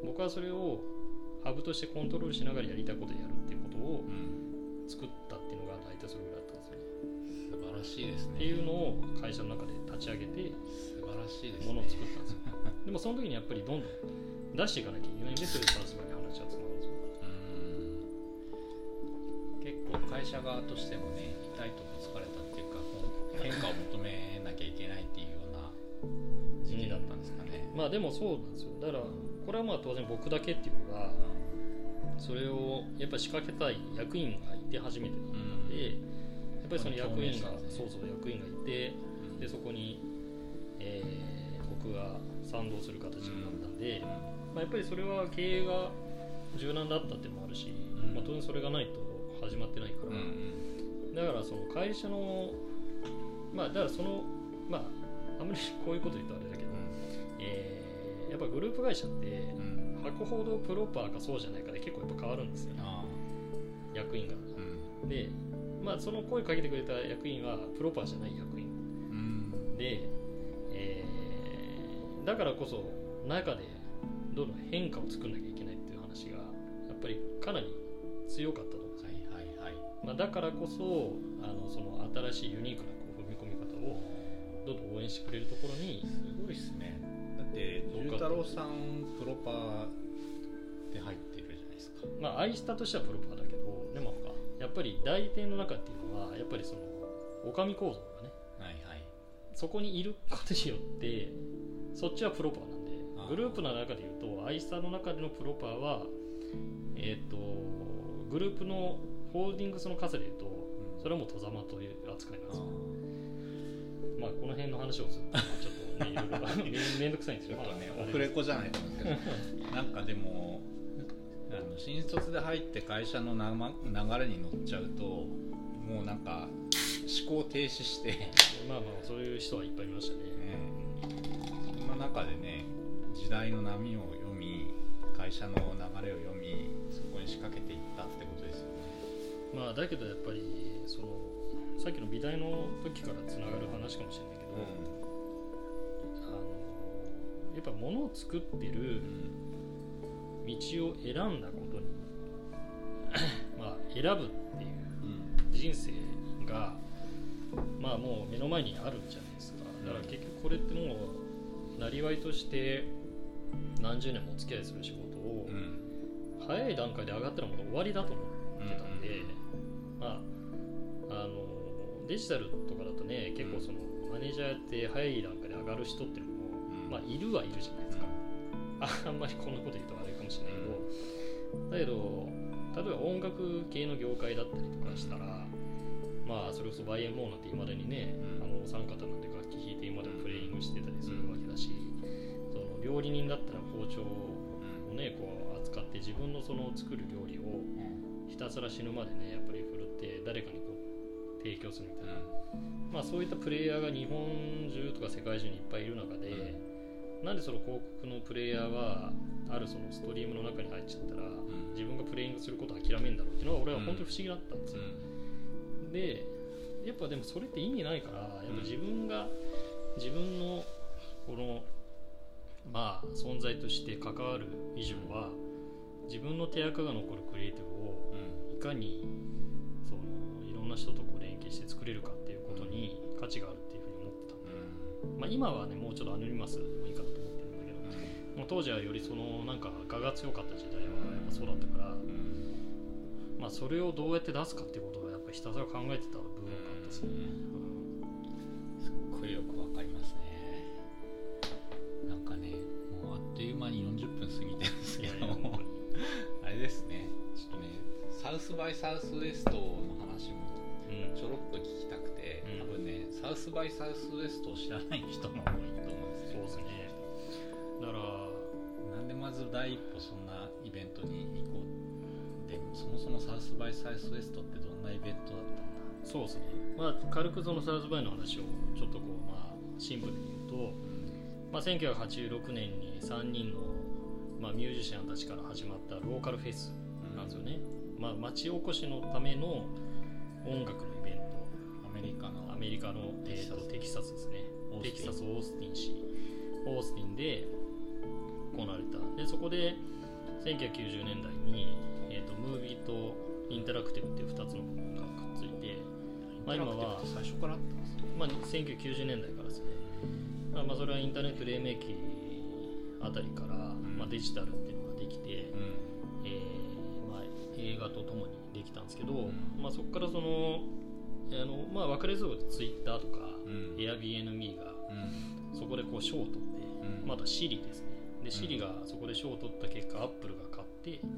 僕はそれをハブとしてコントロールしながらやりたいことをやるっていうことを作ったっていうのが大体それぐらいだったんですよね。 素晴らしいですね。 っていうのを会社の中で立ち上げて素晴らしいですね。 ものを作ったんですよでもその時にやっぱりどんどん出していかなきゃいけないんで、それサウスバイに話はつながるんですよ。 うん、結構会社側としてもね、痛いとこ疲れたっていうか、こう変化を求めなきゃいけないっていうような時期だったんですかね。 うん、まあでもそうなんですよ。だからこれはまあ当然僕だけっていうよりは、それをやっぱり仕掛けたい役員がいて初めてだったんで、うん、やっぱりその役員が、ね、そうそう役員がいて、うん、でそこに、えー、僕が賛同する形になったんで、うん、まあ、やっぱりそれは経営が柔軟だったっていうのもあるし、うん、まあ、当然それがないと始まってないから、うん、だからその会社のまあだからそのまああんまりこういうこと言うとあれだけど、うん、えー、やっぱグループ会社って、うん、博報堂プロパーかそうじゃないかで結構やっぱ変わるんですよ、役員が、うん、でまあその声かけてくれた役員はプロパーじゃない役員、うん、で、えー、だからこそ中でどんどん変化を作んなきゃいけないっていう話がやっぱりかなり強かったと思うんですよ、はいはいはい、まあ、だからこそあのその新しいユニークなこう踏み込み方をどんどん応援してくれるところにすごいですね。だって重太郎さんプロパーで入ってるじゃないですか。 まあアイスタとしてはプロパーだけど、でもやっぱり代理店の中っていうのはやっぱりそのおかみ構造がね、はいはい、そこにいることによってそっちはプロパーなんで、グループの中でいうとアイスタの中でのプロパーはえっ、ー、とグループのホールディングスの数でいうと、うん、それはもう戸ざまという扱いなんですよ。まあこの辺の話をするとちょっとねいろいろめんどくさいんですよ。 ちょっとねオフレコじゃないと思うんですけどなんかでもあの新卒で入って会社のな、ま、流れに乗っちゃうともうなんか思考停止してまあまあそういう人はいっぱいいましたね。 ね、そんな中でね時代の波を読み会社の流れを読みそこに仕掛けていったってことですよね。 まあだけどやっぱりそのさっきの美大の時からつながる話かもしれないけど、うん、あのやっぱ物を作ってる道を選んだことにまあ選ぶっていう人生が、まあもう目の前にあるんじゃないですか。だから結局これってもうなりわいとして何十年もお付き合いする仕事を、うん、早い段階で上がったらもう終わりだと思ってたんで、うん、まああのデジタルとかだとね結構そのマネージャーやって早い段階で上がる人っていうのも、うん、まあいるはいるじゃないですか、うん、あんまりこんなこと言うとあれかもしれないけど、うん、だけど例えば音楽系の業界だったりとかしたら、まあそれこそ ワイエムオー なんていまだにね、うん、あのお三方なんて楽器弾いて今でもプレイングしてたりするわけだし、その料理人だったら包丁をねこう扱って自分のその作る料理をひたすら死ぬまでねやっぱり振るって誰かにこう提供するみたいな、まあそういったプレイヤーが日本中とか世界中にいっぱいいる中で、なんでその広告のプレイヤーはあるそのストリームの中に入っちゃったら、自分がプレイングすることを諦めるんだろうっていうのは俺は本当に不思議だったんですよ、うん、でやっぱでもそれって意味ないからやっぱ自分が自分のこのまあ存在として関わる以上は自分の手垢が残るクリエイティブをいかにそのいろんな人とこう連携して作れるかっていうことに価値があるっていうふうに思ってたんで、まあ、今はねもうちょっとアノニマスでもいいかなと思ってるんだけど、もう当時はよりそのなんか我が強かった時代はやっぱそうだったから、まあ、それをどうやって出すかっていうことをやっぱひたすら考えてた部分があったですね、 うん、すっごいよくわかりますね。なんかねもうあっという間によんじゅっぷん過ぎてるんですけどあれですねちょっとねサウスバイサウスウエストの話もちょろっと聞きたくて、うん、多分ねサウスバイサウスウエストを知らない人も多いと思うんですよ。 そうですね。だからなんでまず第一歩そんなイベントに行こうでそもそもサウスバイサウスウエストってどんなイベントだったんだ。 そうですね、まあ、軽くそのサウスバイの話をちょっとこう、まあ、シンプルに言うと、まあ、せんきゅうひゃくはちじゅうろくねんにさんにんの、まあ、ミュージシャンたちから始まったローカルフェスなんですよね、うんまあ、町おこしのための音楽のイベント、 アメリカのアメリカのテキサス、えー、とテキサスですね、テキサスオースティン市オースティンで行われた。でそこでせんきゅうひゃくきゅうじゅうねんだいに、えー、とムービーとインタラクティブっていうふたつの部分がくっついて、 インまあ、今は最初からあったんですね、 まあ、せんきゅうひゃくきゅうじゅうねんだいからですね、まあ、まあそれはインターネット黎明期あたりから、うんまあ、デジタルっていうのができて、うんえーまあ、映画とともにできたんですけど、うんまあ、そこからそのあの、まあ、分かりやすくツイッターとか、うん、Airbnb が、うん、そこでこう賞を取って、うん、また Siri ですねで Siri がそこで賞を取った結果、アップルが買って、うん、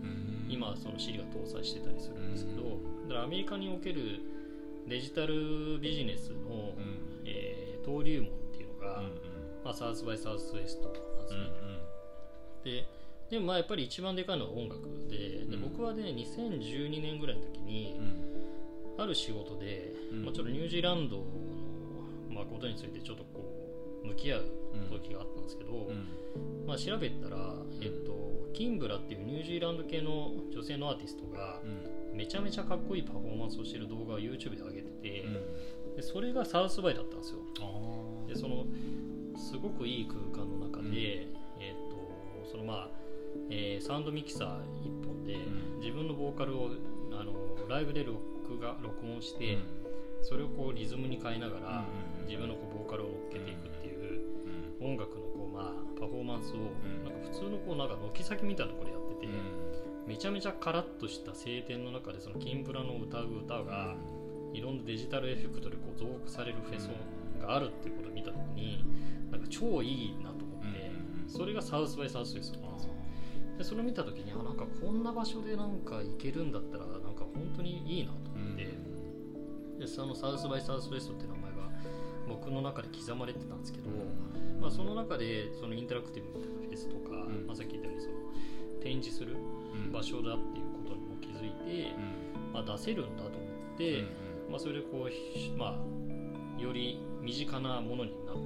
今その Siri が搭載してたりするんですけど、うん、だからアメリカにおけるデジタルビジネスの、うんえー、登竜門っていうのが、うんまあ、サウスバイサウスウエストなんですね、うんうん、で, でもまあやっぱり一番でかいのは音楽 で, で僕はねにせんじゅうにねんぐらいの時に、うん、ある仕事で、うんまあ、ちょっとニュージーランドの、まあ、ことについてちょっとこう向き合う時があったんですけど、うんまあ、調べたら、えっと、キンブラっていうニュージーランド系の女性のアーティストが、うん、めちゃめちゃかっこいいパフォーマンスをしている動画を YouTube で上げてて、うん、でそれがサウスバイだったんですよ。でそのすごくいい空間の中で、うんえー、とそのまあえー、サウンドミキサーいっぽんで、うん、自分のボーカルをあのライブで録画録音して、うん、それをこうリズムに変えながら、うん、自分のこうボーカルを乗っけていくっていう、うん、音楽のこう、まあ、パフォーマンスを、うん、なんか普通のこうなんか軒先みたいなところでやってて、うん、めちゃめちゃカラッとした晴天の中でそのキンプラの歌う歌が、うん、いろんなデジタルエフェクトでこう増幅されるフェスがあるっていうことを見たときになんか超いいなと思って、うん、それがサウスバイサウスウエストなんですよ。でそれを見たときにあなんかこんな場所でなんか行けるんだったらなんか本当にいいなと思って、うん、でそのサウスバイサウスウエストっていう名前が僕の中で刻まれてたんですけど、うんまあ、その中でそのインタラクティブみたいなフェスとか、うんまあ、さっき言ったようにその展示する場所だっていうことにも気づいて、うんまあ、出せるんだと思って、うんまあ、それでこう、まあ、より身近なものになって、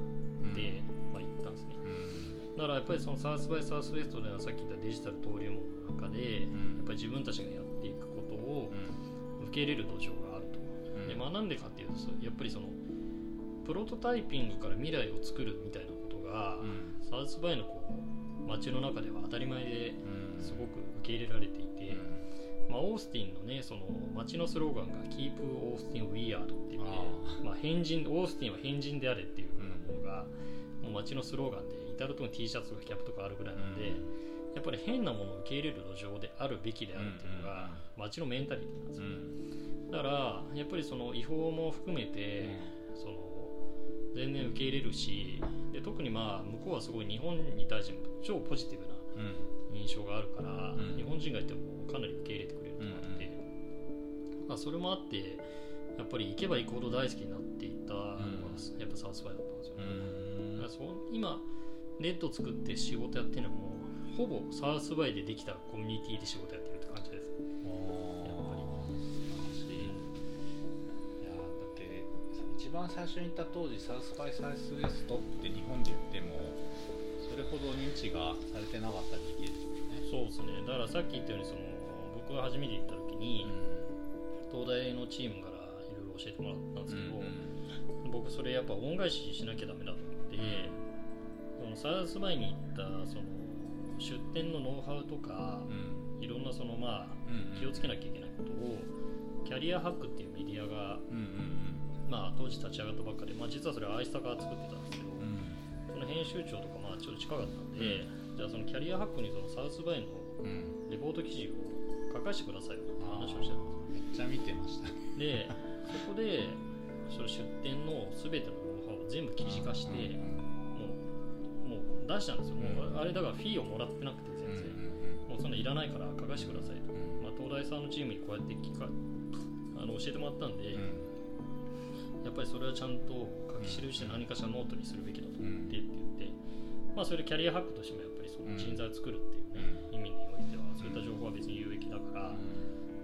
うんまあ、行ったんですね。だからやっぱりそのサウスバイサウスウエストではさっき言ったデジタル登竜門の中で、うん、やっぱり自分たちがやっていくことを受け入れる土壌があると、うんでまあ、なんでかっていうとやっぱりそのプロトタイピングから未来を作るみたいなことが、うん、サウスバイのこう街の中では当たり前ですごく受け入れられていて、うんまあ、オースティンのねその街のスローガンが Keep Austin Weird っていうねまあ、変人オースティンは変人であれっていう風なものが、もう街のスローガンで至ると T シャツとかキャップとかあるぐらいなので、うん、やっぱり変なものを受け入れる土壌であるべきであるっていうのが街のメンタリティなんですよ、うん、だからやっぱりその違法も含めて、うん、その全然受け入れるしで特にまあ向こうはすごい日本に対しても超ポジティブな印象があるから、うん、日本人がいてもかなり受け入れてくれると思って、うんまあ、それもあってやっぱり行けば行くほど大好きになっていったのがやっぱサウスバイだったんですよね、うん、だからそう今ネットを作って仕事やってるのもほぼサウスバイでできたコミュニティで仕事やってるって感じです。やっぱりいやだって一番最初に言った当時サウスバイサウスウエストって日本で言ってもそれほど認知がされてなかった時期ですよね。 そうですね。だからさっき言ったようにその僕が初めて行った時に、うん、東大のチームからいろいろ教えてもらったんですけど、うんうん、僕それやっぱ恩返ししなきゃダメだと思って、うん、そのサウスバイに行ったその出店のノウハウとか、うん、いろんなそのまあ、うんうん、気をつけなきゃいけないことをキャリアハックっていうメディアが、うんうんうん、まあ当時立ち上がったばっかで、まあ、実はそれはアイスタが作ってたんですけど、うん、その編集長とかまあちょっと近かったんで、うん、じゃあそのキャリアハックにそのサウスバイのレポート記事を書かせてくださいよって話をしてたんですよ。めっちゃ見てましたでそこでその出店の全てのノウハウを全部記事化して、うん、もうもう出したんですよ、うん、もうあれだからフィーをもらってなくて全然、うん、もうそんないらないから書かせてくださいと、うんまあ、東大さんのチームにこうやって聞かあの教えてもらったんで、うん、やっぱりそれはちゃんと書き記して何かしらノートにするべきだと思ってって言って、まあ、それキャリアハックとしてもやっぱりその人材を作るっていうね、うん、意味においてはそういった情報は別に有益だから、うん、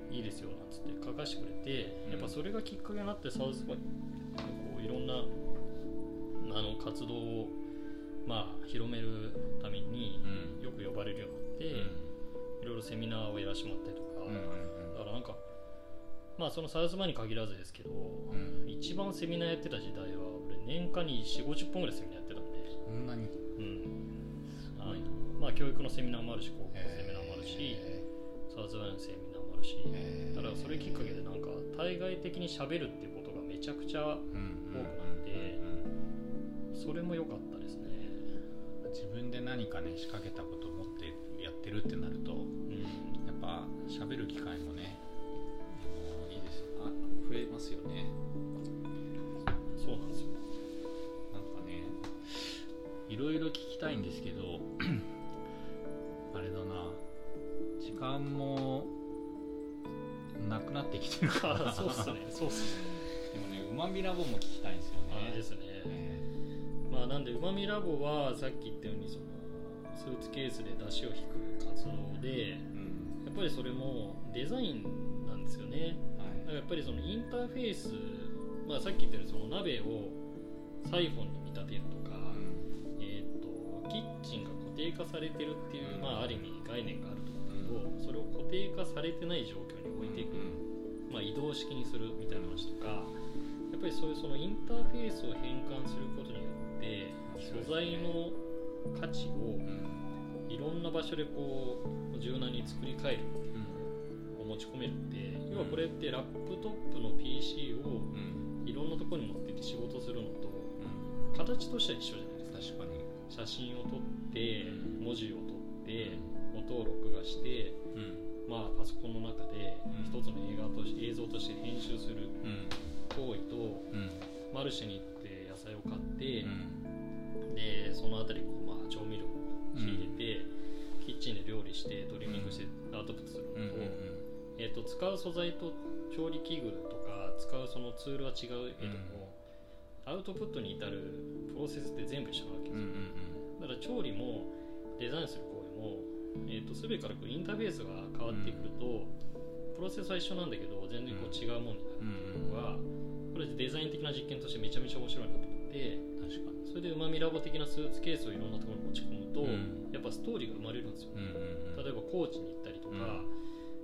いいですよなんつって書かせてくれて、やっぱそれがきっかけになってサウスバイこういろんなあの活動をまあ広めるためによく呼ばれるようになって、うん、いろいろセミナーをやらせてもらったりとか、うんうんうん、だからなんかまあそのサウスバイに限らずですけど、うん、一番セミナーやってた時代は俺年間によんじゅうごじゅっぽんぐらいセミナーやってたんで、 そんなに、 うん、あのまあ教育のセミナーもあるし高校のセミナーもあるしサウスバイのセミナーもあるし、だからそれきっかけでなんか対外的に喋るっていうことがめめちゃくちゃ多くなって、それも良かったですね。 自分で何かね仕掛けたことを持ってやってるってなると、うん、やっぱ喋る機会もねあのいいですあ増えますよね。 そうなんですよ。 なんかねいろいろ聞きたいんですけどあれだな時間もなくなってきてるからそうっすねそうっすね。 でもねうまみラボも聞きたいんですよね。 あですね、えー、まあなんでうまみラボはさっき言ったようにそのスーツケースで出汁を引く活動で、うん、やっぱりそれもデザインなんですよね、はい、だからやっぱりそのインターフェース、まあ、さっき言ったようにその鍋をサイフォンに見立てるとか、うんえー、とキッチンが固定化されてるっていう、うんまあ、ある意味概念があると思うけど、うん、それを固定化されてない状況に置いていく、うんまあ、移動式にするみたいな話とかやっぱりそういうそのインターフェースを変換することによって素材の価値をいろんな場所でこう柔軟に作り変える、うん、を持ち込めるって、うん、要はこれってラップトップの ピーシー をいろんなところに持ってって仕事するのと、うん、形としては一緒じゃないですか。確かに写真を撮って文字を撮って音を録画して、うんまあ、パソコンの中で一つの映画として映像として編集する行為と、うん、マルシェに行って野菜を買って、うん、でそのあたりこう、まあ、調味料を仕入れて、うん、キッチンで料理してトリミングしてアウトプットするのと、うんえー、と使う素材と調理器具とか使うそのツールは違うけども、うん、アウトプットに至るプロセスって全部一緒なわけですよ、うんうんうん、だから調理もデザインする行為も、えー、と全てからこうインターフェースが変わってくると、うん、プロセスは一緒なんだけど全然こう違うものになるっていうのが、これデザイン的な実験としてめちゃめちゃ面白いなと思って、確かにそれでうまみラボ的なスーツケースをいろんなところに持ち込むと、うん、やっぱストーリーが生まれるんですよ、うんうんうん、例えば高知に行ったりとか、うん、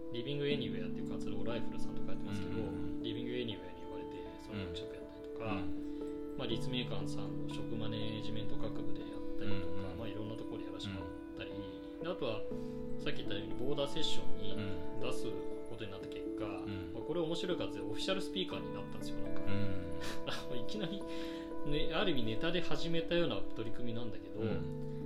リビングエニウェアっていう活動をライフルさんとかやってますけど、うんうん、リビングエニウェアに呼ばれてそのワークショップやったりとか、うんまあ、立命館さんの食マネジメント学部でやったりとか、うんうんまあ、いろんなところでやらせてもらったり、うん、であとはさっき言ったようにボーダーセッションに出すことになった結果、うんまあ、これ面白い数でオフィシャルスピーカーになったんですよ。なんか、うん、いきなりね、ある意味ネタで始めたような取り組みなんだけど、うん、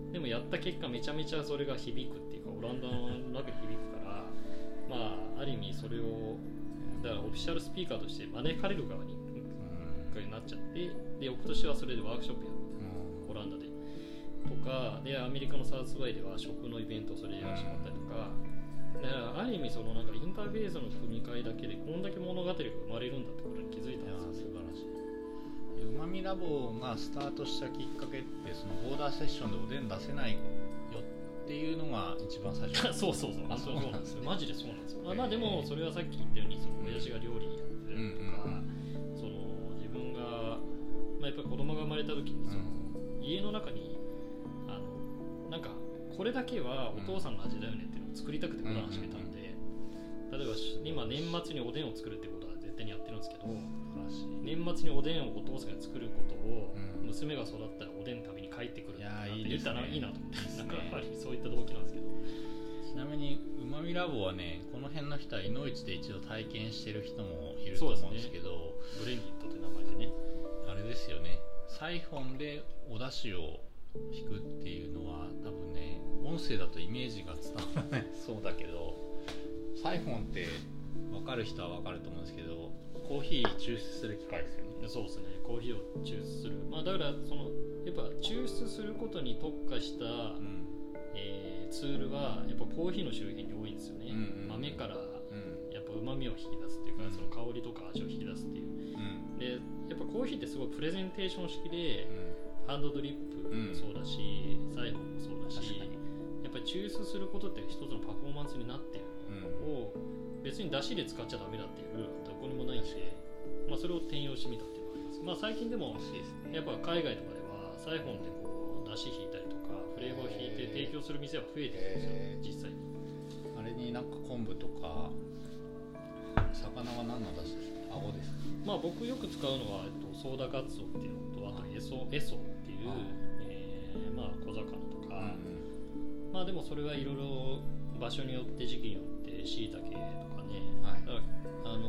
でもやった結果めちゃめちゃそれが響くっていうかオランダの中に響くからまあある意味それをだからオフィシャルスピーカーとして招かれる側に、うん、なっちゃってで翌年はそれでワークショップやるみたいな、うん、オランダでとかでアメリカのサウスバイでは食のイベントをそれでやらせてもらったりとか、だからある意味そのなんかインターフェースの組み替えだけでこんだけ物語が生まれるんだってことに気づいたんですよ。素晴らしい。 うまみラボがスタートしたきっかけってそのボーダーセッションでおでん出せないよっていうのが一番最初そうそうそうあそうなんですよマジでそうなんですよ、えー、まあでもそれはさっき言ったようにその親父が料理やってるとか、うんうん、その自分が、まあ、やっぱり子供が生まれた時にその、うん、家の中にあのなんかこれだけはお父さんの味だよねっていうのを作りたくてボタン始めたんで、うんうんうん、例えば今年末におでんを作るってことは絶対にやってるんですけど、年末におでんをお父さんが作ることを、うん、娘が育ったらおでん食べに帰ってくるって言ったらいいなと思って、いいなんかやっぱりそういった動機なんですけど、 ちなみにうまみラボはねこの辺の人はいのいちで一度体験してる人もいると思うんですけど、ね、 ブレンディットって名前でねあれですよね、サイフォンでお出汁を引くっていうのは多分ね音声だとイメージが伝わらないそうだけど、サイフォンって分かる人は分かると思うんですけどコーヒー抽出する機械ですよね。 そうですね、コーヒーを抽出する、まあ、だからそのやっぱ抽出することに特化した、うんえー、ツールはやっぱコーヒーの周辺に多いんですよね、うんうん、豆からやっぱ旨味を引き出すっていうか、うん、その香りとか味を引き出すっていう、うん、でやっぱコーヒーってすごいプレゼンテーション式で、うん、ハンドドリップもそうだし、うん、サイフォンもそうだし、やっぱり抽出することって一つのパフォーマンスになっているのを、うん、別に出汁で使っちゃダメだっていうルールはどこにもないんで、まあ、それを転用してみたっていうのがあります。まあ、最近でもやっぱ海外とかではサイフォンでこう出汁引いたりとかフレーバーを引いて提供する店は増えてるんですよ、実際に。 あれになんか昆布とか魚は何の出汁ですか？アゴですか？ まあ、僕よく使うのは、えっと、ソーダガツオっていうのとあとエソ、エソっていう、えーまあ、小魚とか、うんうん、まあでもそれはいろいろ場所によって時期によって椎茸とかね、はい、だからあの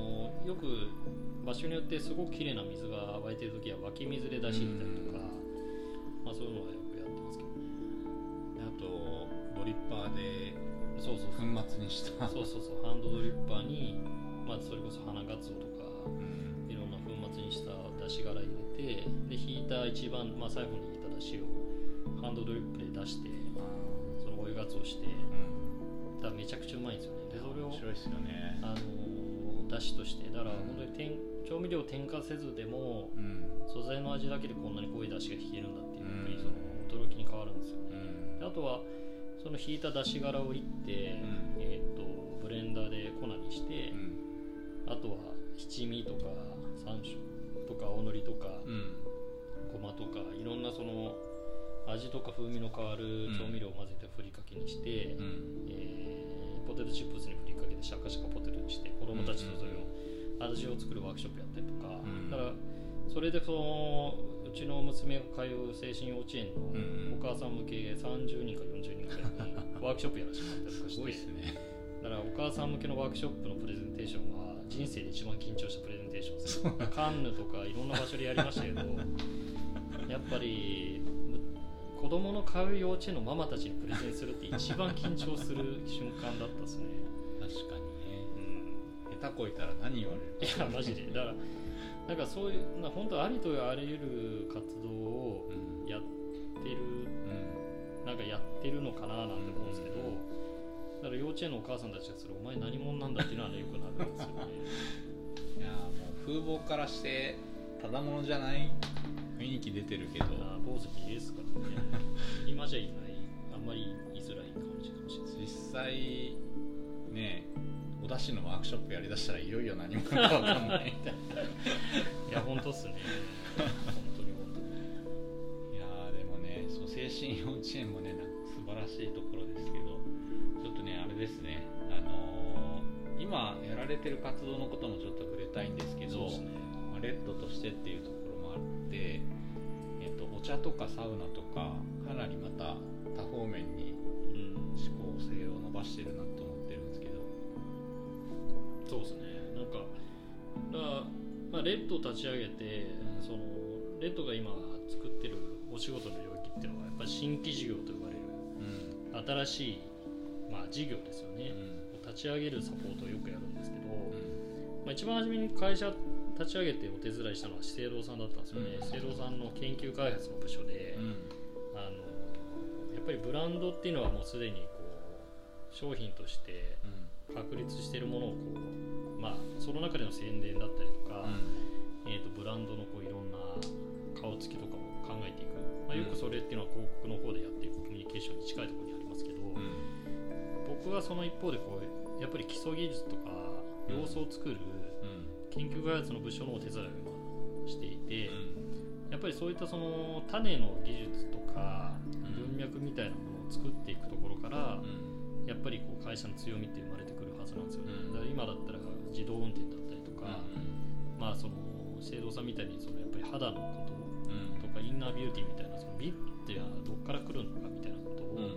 よく場所によってすごくきれいな水が湧いてるときは湧き水で出し入れたりとか、まあ、そういうのはよくやってますけどね。 あとドリッパーでそうそうそう粉末にしたそうそうそうハンドドリッパーに、まあ、それこそ花ガツオとか、 うん、 いろんな粉末にした出し殻入れて、で引いた一番、まあ、最後に引いた出汁をハンドドリップで出して、その追いガツオして、うん、だからめちゃくちゃうまいんですよね。でそれを面白いですよね、 あのー、出汁として、だから本当に添調味料を添加せずでも、うん、素材の味だけでこんなに濃い出汁が引けるんだっていう、うん、その驚きに変わるんですよね、うん、であとはその引いた出汁殻をいって、うん、えー、とブレンダーで粉にして、うん、あとは七味とか山椒とか青のりとか、うん、ごまとかいろんなその味とか風味の変わる調味料を混ぜてふりかけにして、うん、えー、ポテトチップスにふりかけてシャカシャカポテトにして子供たちとそれを味を作るワークショップやったりとか、うん、だからそれでそのうちの娘が通う精神幼稚園のお母さん向けさんじゅうにんかよんじゅうにんくらいにワークショップやらせてもらったりとかして、すごいですね。だからお母さん向けのワークショップのプレゼンテーションは人生で一番緊張したプレゼンテーションですよ。カンヌとかいろんな場所でやりましたけどやっぱり子供の通う幼稚園のママたちにプレゼンするって一番緊張する瞬間だったですね。 確かにね、うん、下手こいたら何言われるいやマジでだからなんかそういうな本当ありとあらゆる活動をやってる、うん、なんかやってるのかななんて思うんですけど、うん、だから幼稚園のお母さんたちがするお前何者なんだっていうのは、ね、よくなるんですよねいやもう風貌からしてただものじゃない雰囲気出てるけど、 あ宝石ですからね今じゃいないあんまり言いづらい感じかもしれない。 実際ねお出汁のワークショップやりだしたらいよいよ何もか分かんないみたいないや本当っすね本当に本当に。いやでもねそう精神幼稚園もねなんか素晴らしいところですけど、ちょっとねあれですね、あのー、今やられてる活動のこともちょっと触れたいんですけど、ねまあ、レッドとしてっていうところもあって、えー、とお茶とかサウナとかかなりまた多方面に思考性を伸ばしてるなと思ってるんですけど、 そうですね。なんかだから、まあ、レッドを立ち上げて、そのレッドが今作ってるお仕事の領域っていうのはやっぱり新規事業と呼ばれる、うん、新しい、まあ、事業ですよね、うん、立ち上げるサポートをよくやるんですけど、うんまあ、一番初めに会社立ち上げてお手伝いしたのは資生堂さんだったんですよね、うん、資生堂さんの研究開発の部署で、うん、あのやっぱりブランドっていうのはもうすでにこう商品として確立しているものをこう、まあ、その中での宣伝だったりとか、うんえー、とブランドのこういろんな顔つきとかを考えていく、まあ、よくそれっていうのは広告の方でやっていくコミュニケーションに近いところにありますけど、うん、僕はその一方でこうやっぱり基礎技術とか要素を作る研究開発の部署のお手伝いを今していて、うん、やっぱりそういったその種の技術とか文脈みたいなものを作っていくところから、うん、やっぱりこう会社の強みって生まれてくるはずなんですよね、うん、だから今だったら自動運転だったりとか、うん、まあその資生堂さんみたいにそのやっぱり肌のこととか、うん、インナービューティーみたいなその美っていうのはどこから来るのかみたいなことを、うん、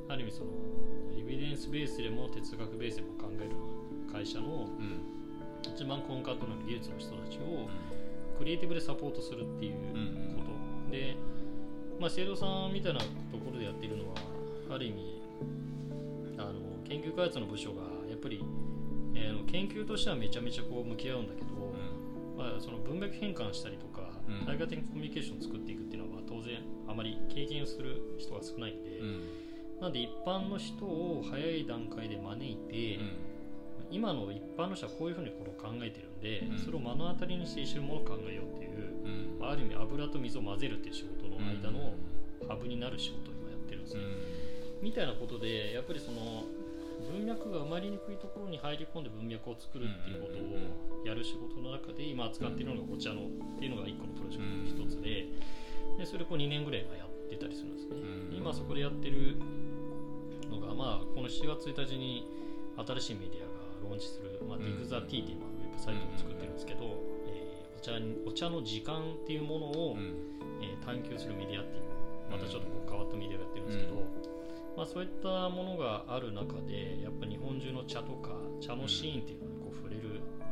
ある意味そのエビデンスベースでも哲学ベースでも考える会社の、うん一番根幹となる技術の人たちをクリエイティブでサポートするっていうこと、うん、で、まあ、資生堂さんみたいなところでやっているのはある意味あの研究開発の部署がやっぱり、えー、研究としてはめちゃめちゃこう向き合うんだけど、うんまあ、その文脈変換したりとか、うん、対外的にコミュニケーションを作っていくっていうのは当然あまり経験をする人が少ないんで、うん、なので一般の人を早い段階で招いて、うん今の一般の人はこういうふうにこれを考えてるんで、うん、それを目の当たりにして一緒にものを考えようっていう、うん、ある意味油と水を混ぜるっていう仕事の間のハブになる仕事を今やってるんですよ、うん、みたいなことでやっぱりその文脈が埋まりにくいところに入り込んで文脈を作るっていうことをやる仕事の中で今扱っているのがお茶のっていうのがいっこのプロジェクトの一つで、でそれをこうにねんぐらい今やってたりするんですね、今そこでやってるのが、まあ、このしちがつついたちに新しいメディアがローンチする、まあ、ディグザティーっていうウェブサイトを作ってるんですけど、えー、お茶に、お茶の時間っていうものを、うんえー、探求するメディアっていうまたちょっとこう変わったメディアをやってるんですけど、うんまあ、そういったものがある中でやっぱ日本中の茶とか茶のシーンっていうのにこう触れるきっかけ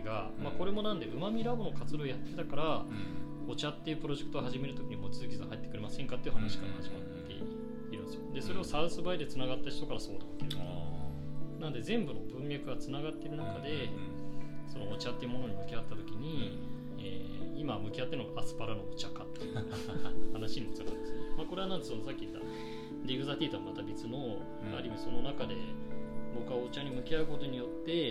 時が、 うんまあ、これもなんでうまみラボの活動をやってたから、 うん、 お茶っていうプロジェクトを始めるときに望月さん入ってくれませんかっていう話から始まっているんですよ。でそれをサウスバイでつながった人から相談を受ける、うん、なんで全部の文脈がつながっている中で、うん、そのお茶っていうものに向き合ったときに、うん、えー、今向き合ってるのがアスパラのお茶かっていう話につながるんですね。まあこれはなんでそのさっき言ったディグザティーとはまた別の、うん、ある意味その中で僕はお茶に向き合うことによって、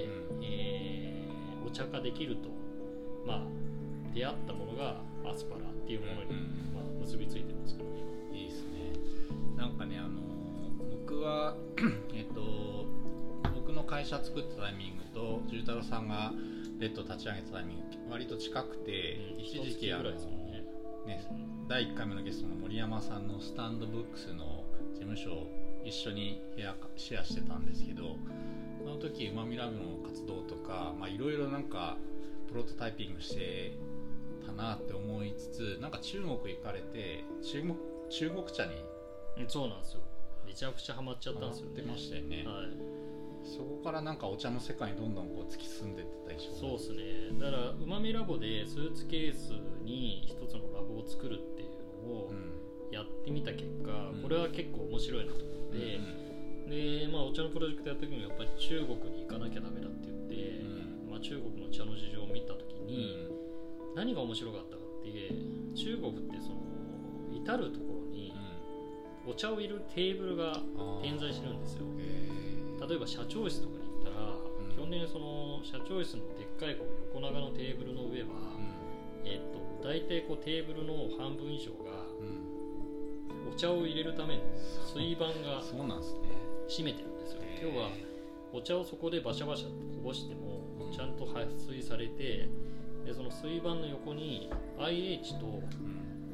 うん、えー、お茶化できると、まあ、出会ったものがアスパラっていうものに、うん、まあ、結びついてますからね。 いいですね。なんかね、あの僕はえっと僕の会社作ったタイミングと重太郎さんがレッド立ち上げたタイミング割と近くて、うん、一時期あの、ねね、だいいっかいめのゲストの森山さんのスタンドブックスの事務所を一緒に部屋シェアしてたんですけど、その時うまみラボの活動とかいろいろなんかプロトタイピングしてたなって思いつつ、なんか中国行かれて中国、中国茶に、 うん、そうなんですよ、めちゃくちゃハマっちゃったんですよね。 出ましたよね、はい、そこからなんかお茶の世界にどんどんこう突き進んでいってたでしょう。 そうですね。だからうまみラボでスーツケースに一つのラボを作るっていうのをやってみた結果、うん、これは結構面白いなと思って、うん、で、まあ、お茶のプロジェクトやった時にやっぱり中国に行かなきゃダメだって言って、うん、まあ、中国の茶の事情を見た時に、うん、何が面白かったかって中国ってその至るところにお茶を入れるテーブルが点在してるんですよ。例えば社長室とかに行ったら、うん、基本的にその社長室のでっかいこう横長のテーブルの上は、うん、えー、と大体こうテーブルの半分以上が、うん、お茶を入れるための水盤が占めてるんですよ。要はお茶をそこでバシャバシャとこぼしても、うん、ちゃんと撥水されて、でその水盤の横に アイエイチ と、うん、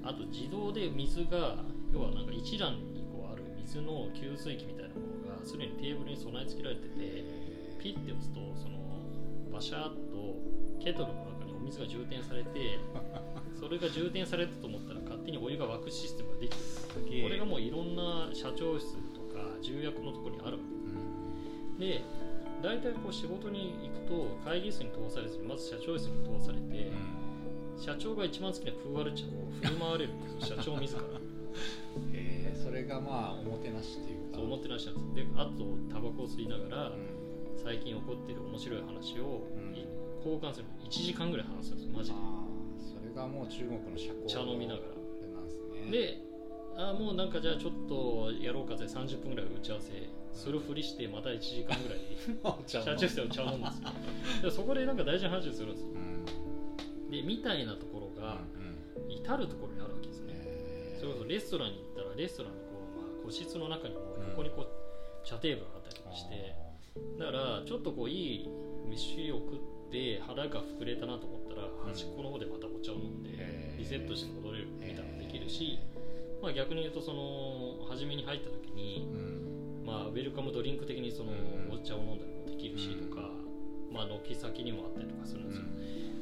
あと自動で水が要はなんか一覧にこうある水の給水器みたいなものがすでにテーブルに備え付けられてて、ピッて押すとそのバシャーっとケトルの中にお水が充填されてそれが充填されたと思ったら勝手にお湯が沸くシステムができてる。これがもういろんな社長室とか重役のところにあるわけで、大体こう仕事に行くと会議室に通されずにまず社長室に通されて、社長が一番好きなプーアル茶を振り回れる社長自らへー、それがまあおもてなしっていうか、 そうおもてなしなんです。で、あとタバコを吸いながら、うん、最近起こっている面白い話を、うん、交換するいちじかんぐらい話すんですよ、マジで。 あ、それがもう中国の社交茶飲みながらなんですね。 で、あ、もうなんかじゃあちょっとやろうかぜ、さんじゅっぷんぐらい打ち合わせするふりしてまたいちじかんぐらい社長室でお茶を飲むんですよでそこでなんか大事な話をするんですよ、うん、でみたいなところが至るところにあるわけですね、うん、それこそレストランに行ったらレストランのこう、まあ、個室の中にも横にこう茶テーブルがあったりとかして、だからちょっとこういい飯を食って腹が膨れたなと思ったら、うん、端っこの方でまたお茶を飲んでリセットして戻れるみたいなのができるし、まあ、逆に言うとその初めに入った時に、うん、まあ、ウェルカムドリンク的にそのお茶を飲んだりもできるしとか、うん、まあ、軒先にもあったりとかするんですよ、うん、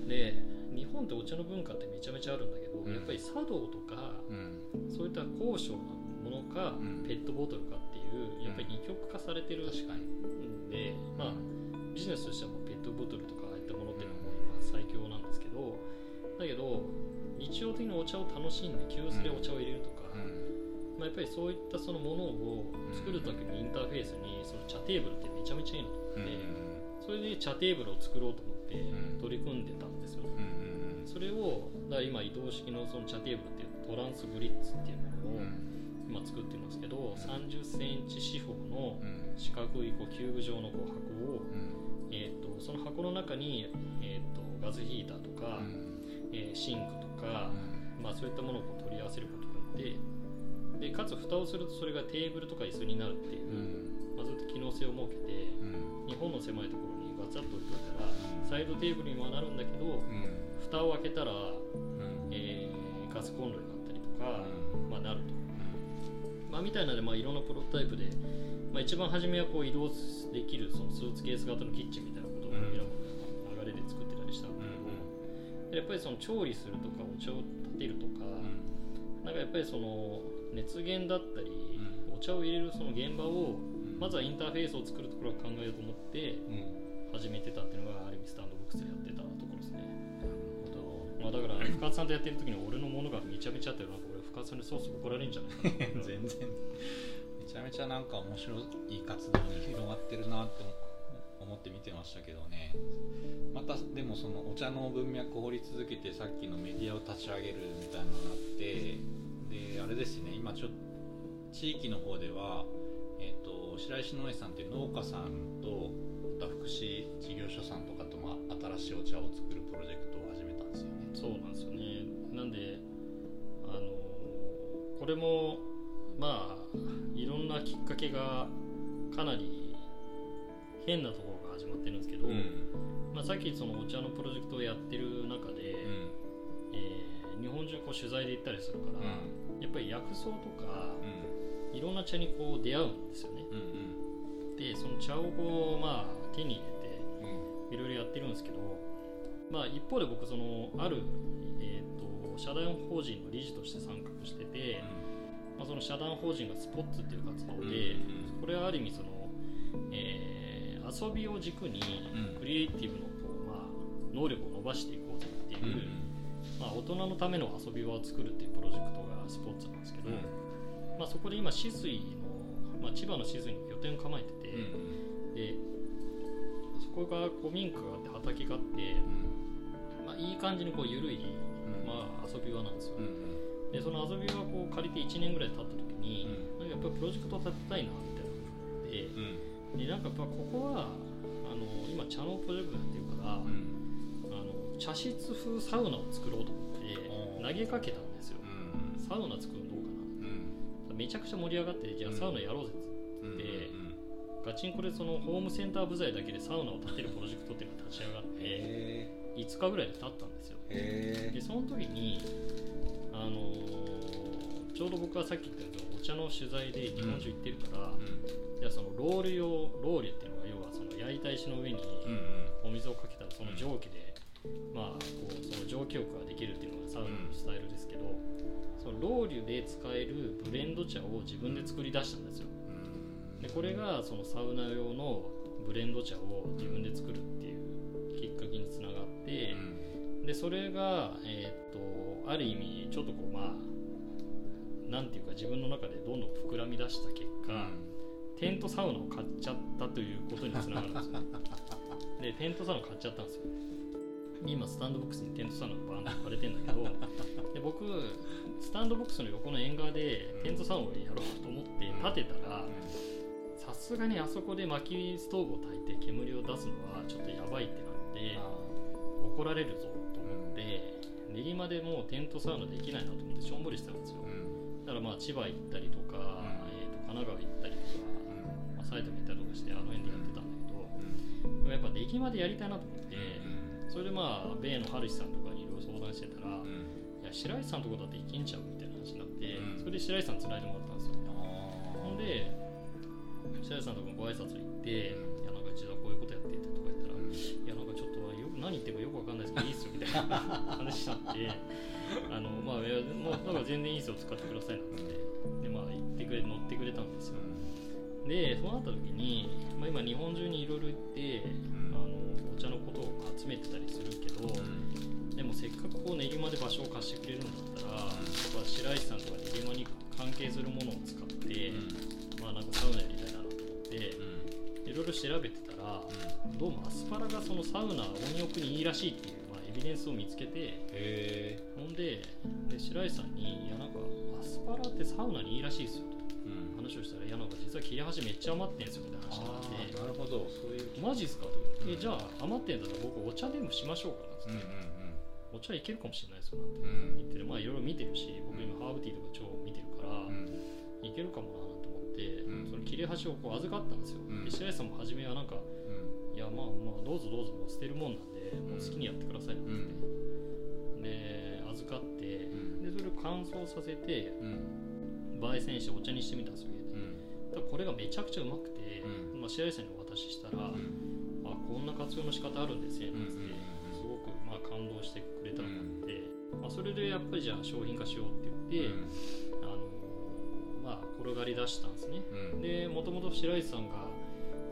で日本ってお茶の文化ってめちゃめちゃあるんだけど、うん、やっぱり茶道とか、うん、そういった高尚なものか、うん、ペットボトルかっていうやっぱり二極化されてるんで、うん、まあ、ビジネスとしてはもうペットボトルとかああいったものっていうのはもう今最強なんですけど、だけど日常的にお茶を楽しんで急須でお茶を入れるとか、うん、まあ、やっぱりそういったそのものを作るときにインターフェースにその茶テーブルってめちゃめちゃいいのと思って、うん、それで茶テーブルを作ろうと思って取り組んでたんですよ、ね、うん、それをだから今移動式のその茶テーブルっていうトランスブリッツっていうものを今作ってますけど、さんじゅっセンチ四方の四角いこうキューブ状のこう箱を、えー、とその箱の中に、えー、とガスヒーターとか、えー、シンクとか、まあ、そういったものをこう取り合わせることによって、でかつ蓋をするとそれがテーブルとか椅子になるっていう、うん、まあ、ずっと機能性を設けて、うん、日本の狭いところにガチャッと置いといたら、うん、サイドテーブルにはなるんだけど、うん、蓋を開けたら、うん、えー、ガスコンロになったりとか、うん、まあ、なると、うん、まあ、みたいなので、まあ、いろんなプロトタイプで、まあ、一番初めはこう移動できるそのスーツケース型のキッチンみたいなことをミラモの流れで作ってたりしたんだけど、うん、やっぱりその調理するとかお茶を立てるとか、うん、なんかやっぱりその熱源だったり、うん、お茶を入れるその現場を、うん、まずはインターフェースを作るところを考えようと思って始めてたっていうのがある意味スタンドボックスでやってたところですね。 なるほど。 まあ、だから深津さんとやってる時に俺のものがめちゃめちゃあって、なんか俺深津さんにソース怒られるんじゃないかな全然めちゃめちゃなんか面白い活動に広がってるなと思って見てましたけどね。またでもそのお茶の文脈を掘り続けてさっきのメディアを立ち上げるみたいなのがあって、であれですね、今ちょっと地域の方では、えー、と白石農園さんっていう農家さんと福祉事業所さんとかとも新しいお茶を作るプロジェクトを始めたんですよね。 そうなんですよね。なんであのこれもまあいろんなきっかけがかなり変なところが始まってるんですけど、うん、まあ、さっきそのお茶のプロジェクトをやってる中で、うん、えー、日本中こう取材で行ったりするから、うん、やっぱり薬草とか、うん、いろんな茶にこう出会うんですよね、うんうん、でその茶をこう、まあ、手に入れて、うん、いろいろやってるんですけど、まあ、一方で僕そのある、えー、と社団法人の理事として参画してて、うん、まあ、その社団法人がスポッツっていう活動で、うん、これはある意味その、えー遊びを軸にクリエイティブのこう、まあ、能力を伸ばしていこうぜっていう、うん、まあ、大人のための遊び場を作るっていうプロジェクトがスポーツなんですけど、うん、まあ、そこで今酒々の、まあ、千葉の酒々に拠点を構えてて、うん、でそこが古民家があって畑があって、うん、まあ、いい感じにこう緩い、まあ、遊び場なんですよ、うん、でその遊び場をこう借りていちねんぐらい経った時に、うん、なんかやっぱりプロジェクトを立てたいなみたいなので、うん、でなんかやっぱここはあの今茶のプロジェクトやってるから、うん、あの茶室風サウナを作ろうと思って投げかけたんですよ、うん、サウナ作るのどうかな、うん、めちゃくちゃ盛り上がってじゃあサウナやろうぜって、うん、ガチンコでそのホームセンター部材だけでサウナを建てるプロジェクトっていうのが立ち上がっていつかぐらいで経ったんですよ。でその時にあのー、ちょうど僕はさっき言ったようにお茶の取材で日本中行ってるから、うん、じゃあそのロール用ロールっていうのが要はその焼いた石の上にお水をかけたらその蒸気で、まあ、こうその蒸気浴ができるっていうのがサウナのスタイルですけど、そのロールで使えるブレンド茶を自分で作り出したんですよ。でこれがそのサウナ用のブレンド茶を自分で作るっていうきっかけにつながって、でそれが、えー、っとある意味ちょっとこうまあなんていうか自分の中でどんどん膨らみ出した結果、うん、テントサウナを買っちゃったということにつながるんですよでテントサウナ買っちゃったんですよ。今スタンドボックスにテントサウナがバーンと置かれてるんだけどで僕スタンドボックスの横の縁側でテントサウナをやろうと思って建てたら、さすがにあそこで薪ストーブを焚いて煙を出すのはちょっとやばいってなって怒られるぞと思って、練馬でもうテントサウナできないなと思ってしょんぼりしてたんですよ。だからまあ千葉行ったりとか、うん、えー、と神奈川行ったりとか、うん、まあ、埼玉行ったりとかしてあの辺でやってたんだけど、うん、でもやっぱ出来までやりたいなと思って、うん、それでまあ米の春石さんとかにいろいろ相談してたら、うん、いや白石さんとこだって行けんちゃうみたいな話になって、うん、それで白石さんつないでもらったんですよ。ほんで白石さんとかご挨拶行って、うん、いやなんか実はこういうことやっててとか言ったら、うん、いやなんかちょっとよ何言ってるかよくわかんないですけどいいっすよみたいな話になってあのまあいやもうだから全然いいっすよ使ってくださいなんてでまあ言ってくれ乗ってくれたんですよ。でそうなった時に、まあ、今日本中にいろいろ行って、うん、あのお茶のことを集めてたりするけど、うん、でもせっかくこう練馬で場所を貸してくれるんだったら、うん、やっぱ白石さんとか練馬に関係するものを使って、うん、まあなんかサウナやりたいなと思っていろいろ調べてたら、うん、どうもアスパラがそのサウナ温浴にいいらしいっていう、まあ、エビデンスを見つけて、へー、ほんで、で白石さんにいやなんかアスパラってサウナにいいらしいですよと、うん、話をしたらいやなんか実は切れ端めっちゃ余ってんすよみたいな話になって、なるほど、そういうマジっすかと、うん、えじゃあ余ってんだったら僕お茶でもしましょうかなって、うんうんうん、お茶いけるかもしれないですよなんて言ってる、まあいろいろ見てるし僕今ハーブティーとか超見てるから、うん、いけるかもなと思って、うん、その切れ端をこう預かったんですよ、うん、で白石さんも初めはなんか、うん、いやまあまあどうぞどうぞもう捨てるもんなんで、うん、もう好きにやってくださいなんて、うん、で預かって、うん、でそれを乾燥させて、うん、焙煎してお茶にしてみたんですよ、うん、だからこれがめちゃくちゃうまくて、うん、まあ、白石さんにお渡ししたら、うん、あこんな活用の仕方あるんですねなんつって、すごくまあ感動してくれたのがあって、うん、まあ、それでやっぱりじゃあ商品化しようって言って、うん、あのまあ、転がり出したんですね、うん、でもともと白石さんがあの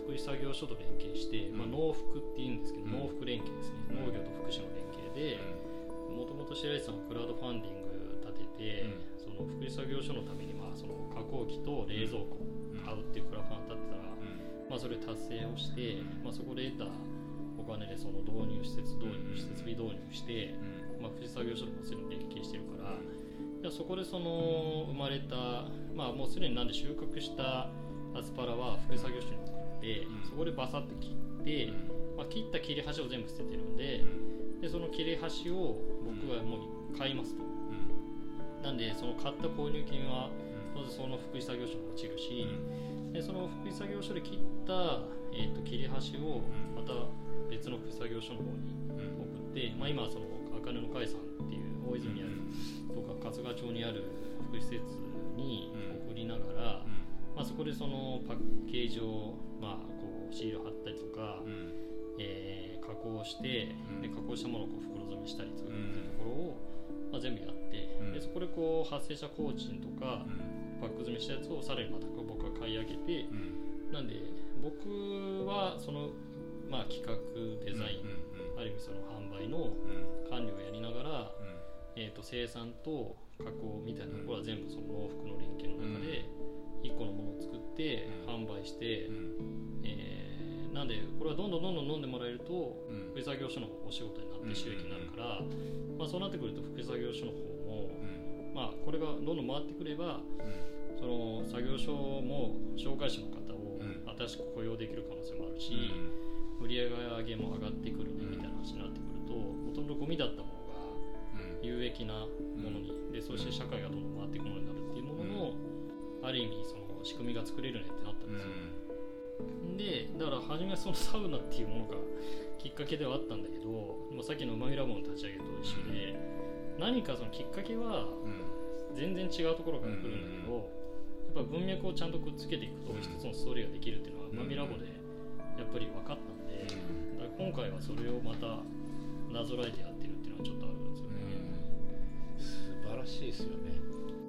福祉作業所と連携して、まあ、農福っていうんですけど、農福連携ですね、農業と福祉の連携で、もともと白石さんはクラウドファンディング立てて、その福祉作業所のために、まあ、その加工機と冷蔵庫を買うっていうクラファン立てたら、まあ、それ達成をして、まあ、そこで得たお金でその導入施設導入設備導入して、まあ、福祉作業所ともすでに連携してるから、じゃそこでその生まれた、まあ、もうすでになんで収穫したアスパラは福祉作業所に送って、そこでバサッと切って、まあ、切った切れ端を全部捨ててるんで、でその切れ端を僕はもう買いますと、なんでその買った購入金はまずその福祉作業所に落ちるし、でその福祉作業所で切った、えー、と切れ端をまた別の福祉作業所の方に送って、まあ、今はその茜の会さんっていう大泉にあるとか春日町にある福祉施設に送りながら、まあ、そこでそのパッケージを、まあ、こうシール貼ったりとか、えー、加工して、で加工したものをこう袋詰めしたりするっていうところを、まあ、全部やって、でそこでこう発生した工賃とかパック詰めしたやつをさらにまた僕は買い上げて、なんで僕はその、まあ、企画デザイン、ある意味その販売の管理をやりながら、えー、と生産と加工みたいなところは全部その農福の連携の中でいっこのものを作って販売して、えー、なんでこれはどんどんどんどん飲んでもらえると福祉作業所のお仕事になって収益になるから、まあ、そうなってくると福祉作業所の方も、まあ、これがどんどん回ってくれば、その作業所も紹介者の方を新しく雇用できる可能性もあるし、売り上げも上がってくるねみたいな話になってくると、ほとんどゴミだったものが有益なものに、でそして社会がどんどん回っていくものになるっていうものの、ある意味その仕組みが作れるねってなったんですよ。でだから初めはそのサウナっていうものがきっかけではあったんだけど、さっきのうまみラボの立ち上げと一緒で、何かそのきっかけは全然違うところから来るんだけど、やっぱ文脈をちゃんとくっつけていくと一つのストーリーができるっていうのはうまみラボでやっぱり分かったんで、だから今回はそれをまたなぞらえてやってるっていうのはちょっとあるんですよね。 素晴らしいですよね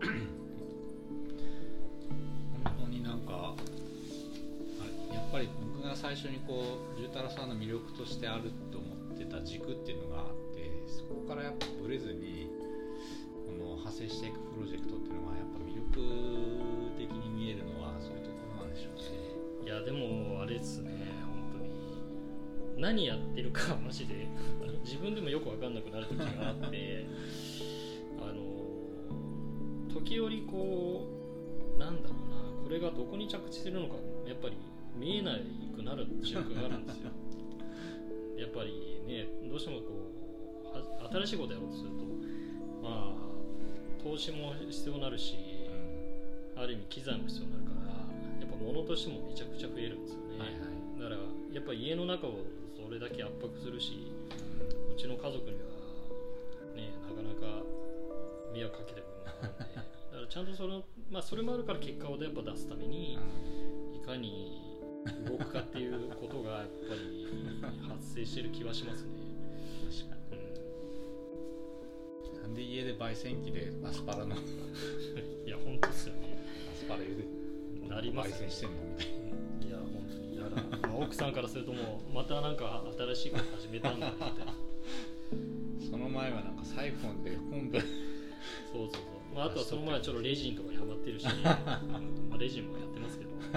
本当になんかやっぱり僕が最初にこうじゅうたらさんの魅力としてあると思ってた軸っていうのがあって、そこからやっぱブレずにこの派生していくプロジェクトっていうのがやっぱ魅力的に見えるのはそういうところなんでしょうね。 いやでもあれですね、本当に何やってるかマジで自分でもよく分かんなくなる時があってあの時折こうなんだろうな、これがどこに着地するのかやっぱり見えなくなる瞬間があるんですよやっぱりね、どうしてもこう新しいことやろうとすると、まあ投資も必要になるし、うん、ある意味機材も必要になるから、やっぱ物としてもめちゃくちゃ増えるんですよね、はいはい、だからやっぱ家の中をそれだけ圧迫するし、うん、うちの家族にはねなかなか迷惑かけてる部分があるんでだからちゃんとその、まあ、それもあるから結果をやっぱ出すために、いかに動くかっていうことがやっぱり発生してる気はしますね。 確かに、うん、なんで家で焙煎機でアスパラのいや本当ですよね、 アスパラ茹でなります、ね、 焙煎してんのみたいな。いや本当にだから、まあ、奥さんからするともうまたなんか新しいこと始めたんだみたいなその前はなんかサイフォンで昆布そうそうそう、まあ、あとはその前はちょっとレジンとかにハマってるし、うんまあ、レジンもやってますけどま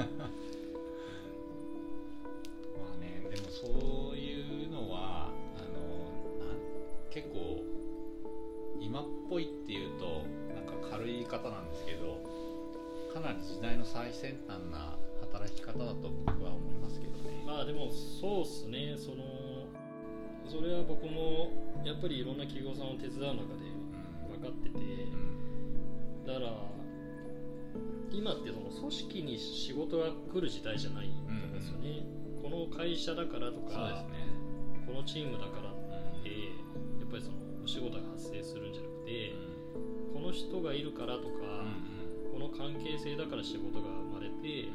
あね、でもそういうのはあのなん結構今っぽいっていうとなんか軽い言い方なんですけど、かなり時代の最先端な働き方だと僕は思いますけどね。 まあでもそうっすね、そのそれは僕もやっぱりいろんな企業さんを手伝う中で分かってて、うん、だから今ってその組織に仕事が来る時代じゃないと思うんですよね、うん、この会社だからとか、ね、このチームだからって、うん、やっぱりそのお仕事が発生するんじゃなくて、うん、この人がいるからとか、うん、この関係性だから仕事が生まれて、うん、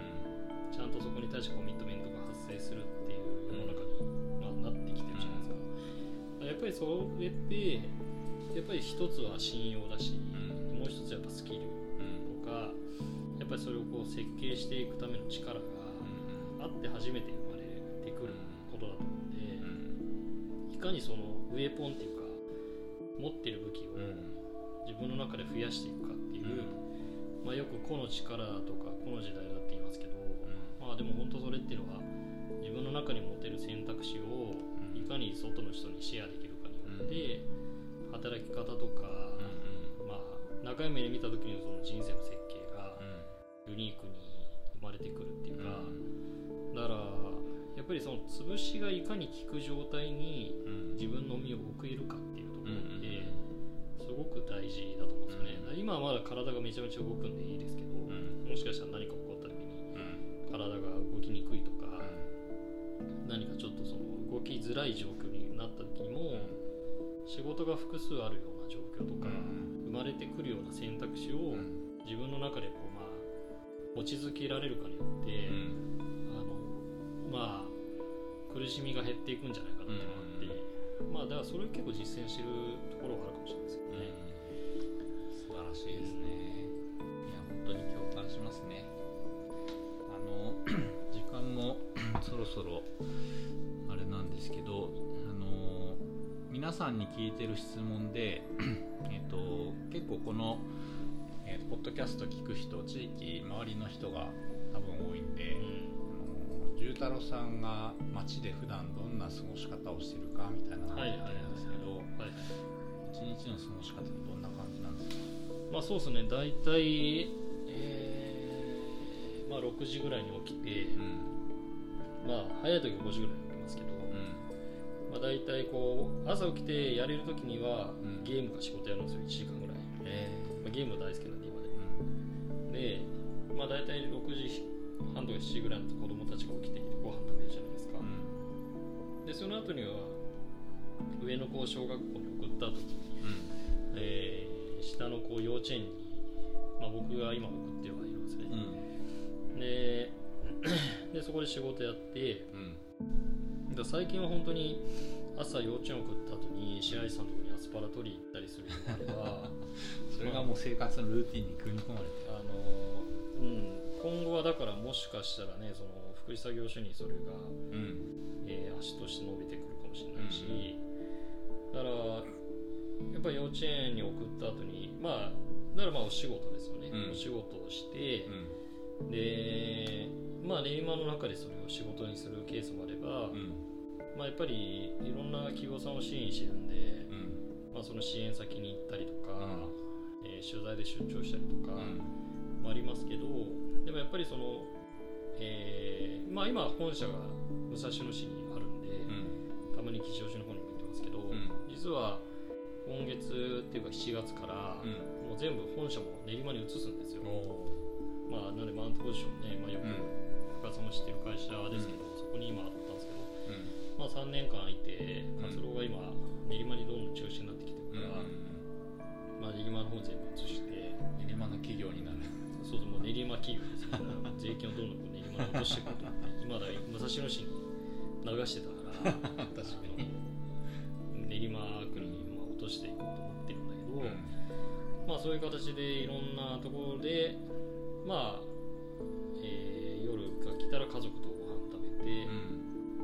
ちゃんとそこに対してコミットメントが発生するっていう世の中に、まあ、なってきてるじゃないですか、うん、やっぱりそれってやっぱり一つは信用だし、うん、もう一つはやっぱスキルとか、やっぱりそれをこう設計していくための力があっって初めて生まれてくることだと思うんで、うん、いかにそのウェポンっていうか持ってる武器を自分の中で増やしていくかっていう、うん、まあ、よく個の力とか個の時代だって言いますけど、うん、まあでも本当それっていうのは自分の中に持てる選択肢をいかに外の人にシェアできるかによって、うん、働き方とか、うん、まあ中身で見た時にその人生の設計がユニークに生まれてくるっていうか、うん、だからやっぱりその潰しがいかに効く状態に自分の身を置けるかっていうところってすごく大事だと思うんですよね、うん、今はまだ体がめちゃめちゃ動くんでいいですけど、うん、もしかしたら何か起こった時に体が動きにくいとか、うん、何かちょっとその動きづらい状況になった時にも、うん、仕事が複数あるような状況とか、うん、生まれてくるような選択肢を自分の中でこう、まあ、持ち続けられるかによって、うん、あのまあ苦しみが減っていくんじゃないかなって思って、うん、まあだからそれを結構実践してるところがあるかもしれないですけどね、 うん、素晴らしいですね、いや本当に共感しますね。あの時間もそろそろあれなんですけど、あの皆さんに聞いてる質問でえっと結構この、えー、ポッドキャスト聞く人、地域周りの人が多分多いんで、うん、重太郎さんが街で普段どんな過ごし方をしてるかみたいな話なんですけど、一日の過ごし方ってどんな感じなんですか？ まあそうですね、だいたい、えーまあ、ろくじぐらいに起きて、うん、まあ早い時はごじぐらいに起きますけど、うん、まあ、だいたいこう朝起きてやれる時には、うん、ゲームか仕事やるんですよ、いちじかんぐらい、えーまあ、ゲーム大好きなんで今で、うん、で、まあ、だいたいろくじはんとかしちじぐらいの子供たちが起きてきてご飯食べるじゃないですか、うん、でその後には上の子を小学校に送った後に、うん、えー、下の子を幼稚園に、まあ、僕が今送ってはいるんですね、うん、で, でそこで仕事やって、うん、だ最近は本当に朝幼稚園を送った後に白石さんのところにアスパラ取り行ったりするようになればそれがもう生活のルーティンに組み込まれて、 あの、うん、今後はだからもしかしたらね、その福祉作業所にそれが、うん、えー、足として伸びてくるかもしれないし、うん、だからやっぱり幼稚園に送った後に、まあだからまあお仕事ですよね、うん、お仕事をして、うん、でまあ練馬の中でそれを仕事にするケースもあれば、うん、まあ、やっぱりいろんな企業さんを支援してるんで、うん、まあ、その支援先に行ったりとか、うん、えー、取材で出張したりとかもありますけど、でもやっぱりその、えーまあ、今本社が武蔵野市にあるんで、うん、たまに吉祥寺の方にも行ってますけど、うん、実は今月っていうかしちがつから、うん、もう全部本社も練馬に移すんですよ。まあ、なのでマウントポジションね、まあ、よく深さんも知ってる会社ですけど、うん、そこに今あったんですけど、うん、まあ、さんねんかんいて活動が今練馬にどんどん中心になってきてるから、うん、まあ、練馬の方全部移して練馬の企業になる。 そうそう、もう練馬企業ですよ税金をどんどん練馬に落としていこうと思って今だ武蔵野市に流してたから確かに練馬区に落としていこうと思ってるんだけど、うん、まあそういう形でいろんなところでまあ、えー、夜が来たら家族とご飯食べて、うん、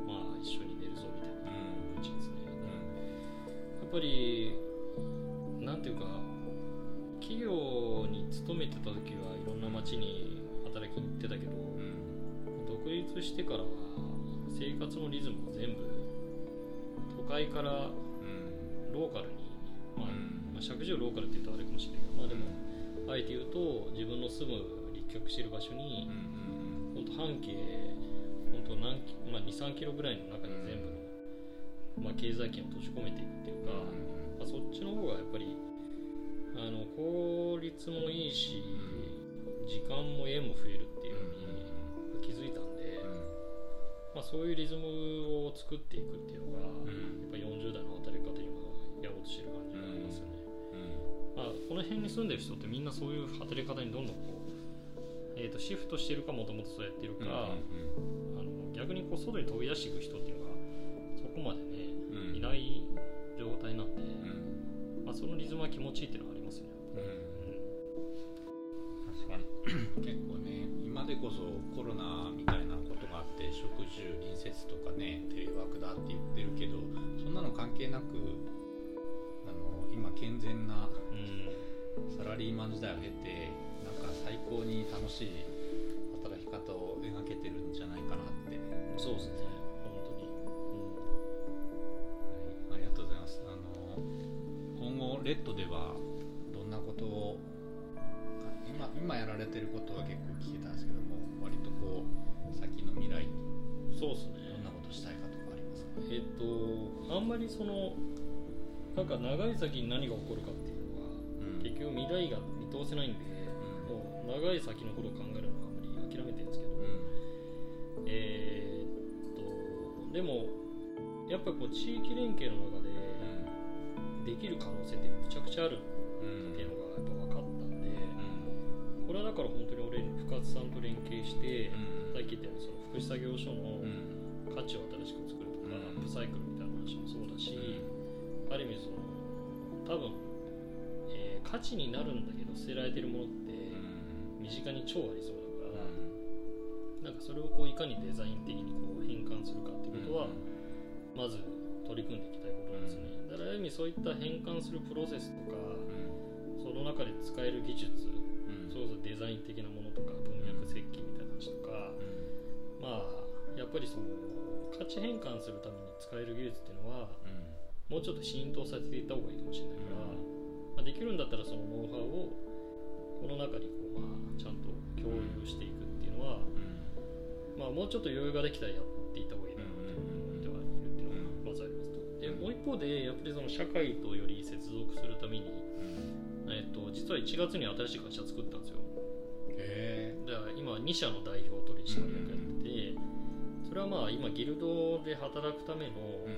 まあ一緒に寝るぞみたいなうちですね、うん、やっぱりなんていうか企業に勤めてた時はいろんな街に働きに行ってたけど、うん、独立してからは生活のリズムが全部都会からローカルに、まあうんまあ、石神井ローカルって言うとあれかもしれないけど、まあでも、うん、あえて言うと自分の住む立脚している場所に、うんうん、本当半径本当何、まあ、にさんキロぐらいの中に全部の、まあ、経済圏を閉じ込めていくっていうか、まあ、そっちの方がやっぱりあの効率もいいし時間も円も増えるっていうのに気づいたんで、まあ、そういうリズムを作っていくっていうのが、やっぱよんじゅう代の働き方に今やろうとしてる感じがありますよね、まあ、この辺に住んでる人ってみんなそういう働き方にどんどんこう、えー、とシフトしてるかもともとそうやってるか、うんうんうん、あの逆にこう外に飛び出していく人っていうのがそこまでね、うん、いない状態なんで、うん、まあ、そのリズムは気持ちいいっていうのはありますね、うんうん、確かに結構ね今でこそコロナみたいなことがあって食住隣接とかねテレワークだって言ってるけど、そんなの関係なくあの今健全なサラリーマン時代を経てなんか最高に楽しい働き方を描けてるんじゃないかなって。 そうですね本当に、 うん、はい、ありがとうございます。あの今後レッドではどんなことを今, 今やられてることは結構聞けたんですけども、割とこう先の未来そうですねどんなことしたいかとかありますか？ えっ、とあんまりそのなんか長い先に何が起こるかっていうのは、うん、結局未来が見通せないんで、うん、もう長い先のことを考えるのはあんまり諦めてるんですけど、うん、えっとでもやっぱりこう地域連携の中でできる可能性ってめちゃくちゃあるっていうのがやっぱ分かったんで、うん、これはだから本当に俺深津さんと連携して、うん、さっき言ったようにその福祉作業所の価値を新しく作るとか、うん、アップサイクルみたいな話もそうだし、うん、ある意味その多分、えー、価値になるんだけど捨てられてるものって身近に超ありそうだから、うん、なんかそれをこういかにデザイン的にこう変換するかっていうことは、うん、まず取り組んでいきたいことなんですね。だからある意味そういった変換するプロセスとか、うん、その中で使える技術、うん、そうそうデザイン的なものとか文脈設計みたいな話とか、うん、まあやっぱりその価値変換するために使える技術っていうのは、うん、もうちょっと浸透させていった方がいいかもしれないから、うんまあ、できるんだったらそのノウハウをこの中にこう、まあ、ちゃんと共有していくっていうのは、うんまあ、もうちょっと余裕ができたらやっていった方がいいなと思ってはいるっていうのがまずありますと。でもう一方でやっぱりその社会とより接続するために、うんえっと、実はいちがつに新しい会社作ったんですよ。へー。だから今に社の代表取締役やってて、それはまあ今ギルドで働くための、うん、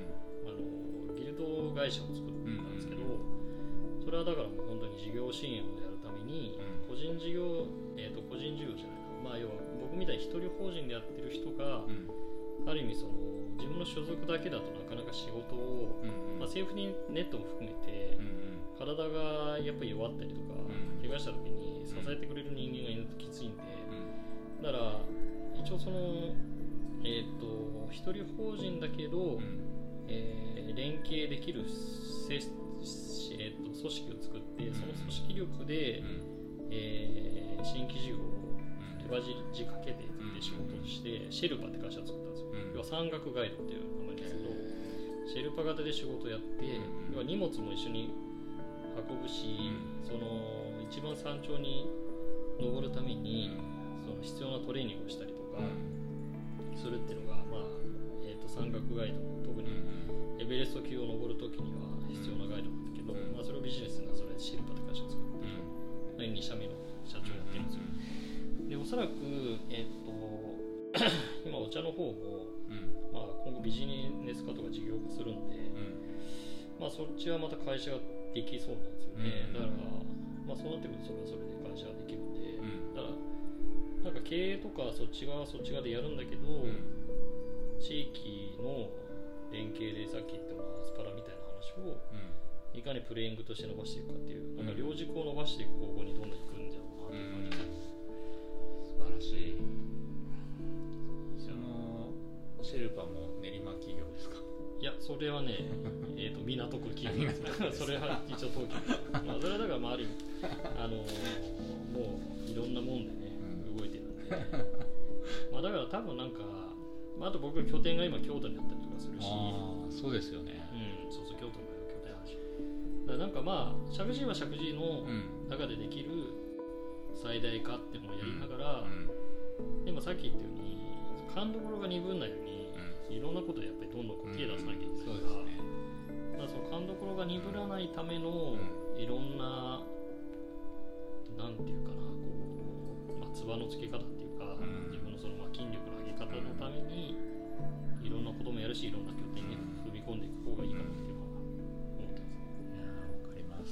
あのギルド会社を作ったんですけど、それはだからもう本当に事業支援をやるために、個人事業、えーと、個人事業じゃないな、まあ要は僕みたいに一人法人でやってる人が、うん、ある意味その自分の所属だけだとなかなか仕事を、うんうんまあ、セーフティーネットも含めて、うんうん、体がやっぱり弱ったりとか、うん、怪我した時に支えてくれる人間がいるときついんで、うん、だから一応そのえー、と一人法人だけど、うんえー、連携できるせ、えー、と組織を作って、うん、その組織力で、うんえー、新規事業を手羽字かけて仕事をして、うん、シェルパって会社を作ったんですよ、うん、要は山岳ガイドっていう名前ですけど、シェルパ型で仕事をやって、うん、要は荷物も一緒に運ぶし、うん、その一番山頂に登るために、うん、その必要なトレーニングをしたりとか、うんするっていうのが、まあえー、と山岳ガイドの特にエベレスト級を登るときには必要なガイドなんだけど、うんまあ、それをビジネスになそれでシルパって会社を作って、うん、に社目の社長やってるんですよ。でおそらく、えー、と今お茶の方も、うんまあ、今後ビジネス化とか事業化するんで、うんまあ、そっちはまた会社ができそうなんですよね、うん、だから、まあ、そうなってくるとそれはそれで会社ができるんで、うん、だからなんか経営とかそっち側そっち側でやるんだけど、うん、地域の連携でさっき言ったアスパラみたいな話を、うん、いかにプレイングとして伸ばしていくかっていう、なんか両軸を伸ばしていく方向にどんどん行くんだろうなって感じです、うん、素晴らしい。そのシェルパも練馬企業ですか？いやそれはねえと港区企業ですそれは一応東京まあそれはだからまあある意味あのー、もういろんなもんでね動いてるんでまあだから多分なんか、まあ、あと僕拠点が今京都にあったりとかするし、 あそうですよね、 うん、そうそう京都の拠点あるし、だからなんかまあ石神井は石神井の中でできる最大化っていうのをやりながら、うんうん、でもさっき言ったように勘どころが鈍んないように、うん、いろんなことでやっぱりどんどんこう手出さなきゃいけないから、うん、だからその勘どころが鈍らないためのいろんな、なんていうかなこうつばのつけ方っていうか、うん、自分のそのまあ筋力の上げ方のためにいろんなこともやるしいろんな拠点に踏み込んでいく方がいいかなっていうのは思ってます。いやーわかります。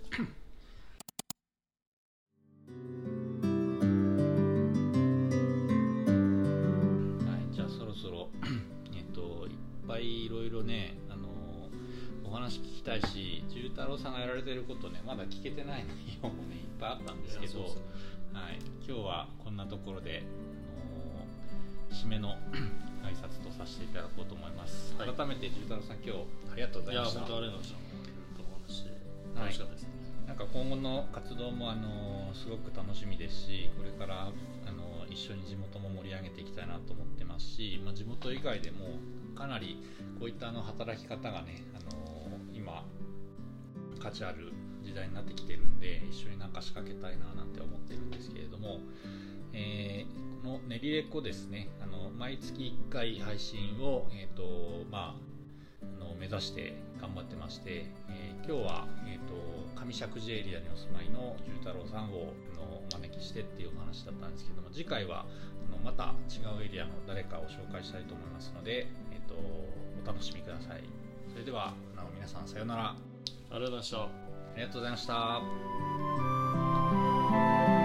はい、じゃあそろそろえっといっぱいいろいろねあのお話聞きたいし、重太郎さんがやられてることねまだ聞けてない内容もねいっぱいあったんですけど。はい、今日はこんなところで、あのー締めの挨拶とさせていただこうと思います、はい、改めて重太郎さん今日ありがとうございました。 いや本当ありがとうございました。楽しかったですね、 はい、なんか今後の活動もあのすごく楽しみですし、これからあの一緒に地元も盛り上げていきたいなと思ってますし、まあ、地元以外でもかなりこういったあの働き方がね、あの今価値ある時代になってきてるんで、一緒になんか仕掛けたいななんて思ってるんですけれども、えー、この練りレコですね、あの毎月いっかい配信を、えーとまあ、あの目指して頑張ってまして、えー、今日は、えーと、上石神エリアにお住まいの重太郎さんをのお招きしてっていうお話だったんですけども、次回はあのまた違うエリアの誰かを紹介したいと思いますので、えーと、お楽しみください。それではあの皆さんさようなら。 ありがとうございました。 ありがとうございました。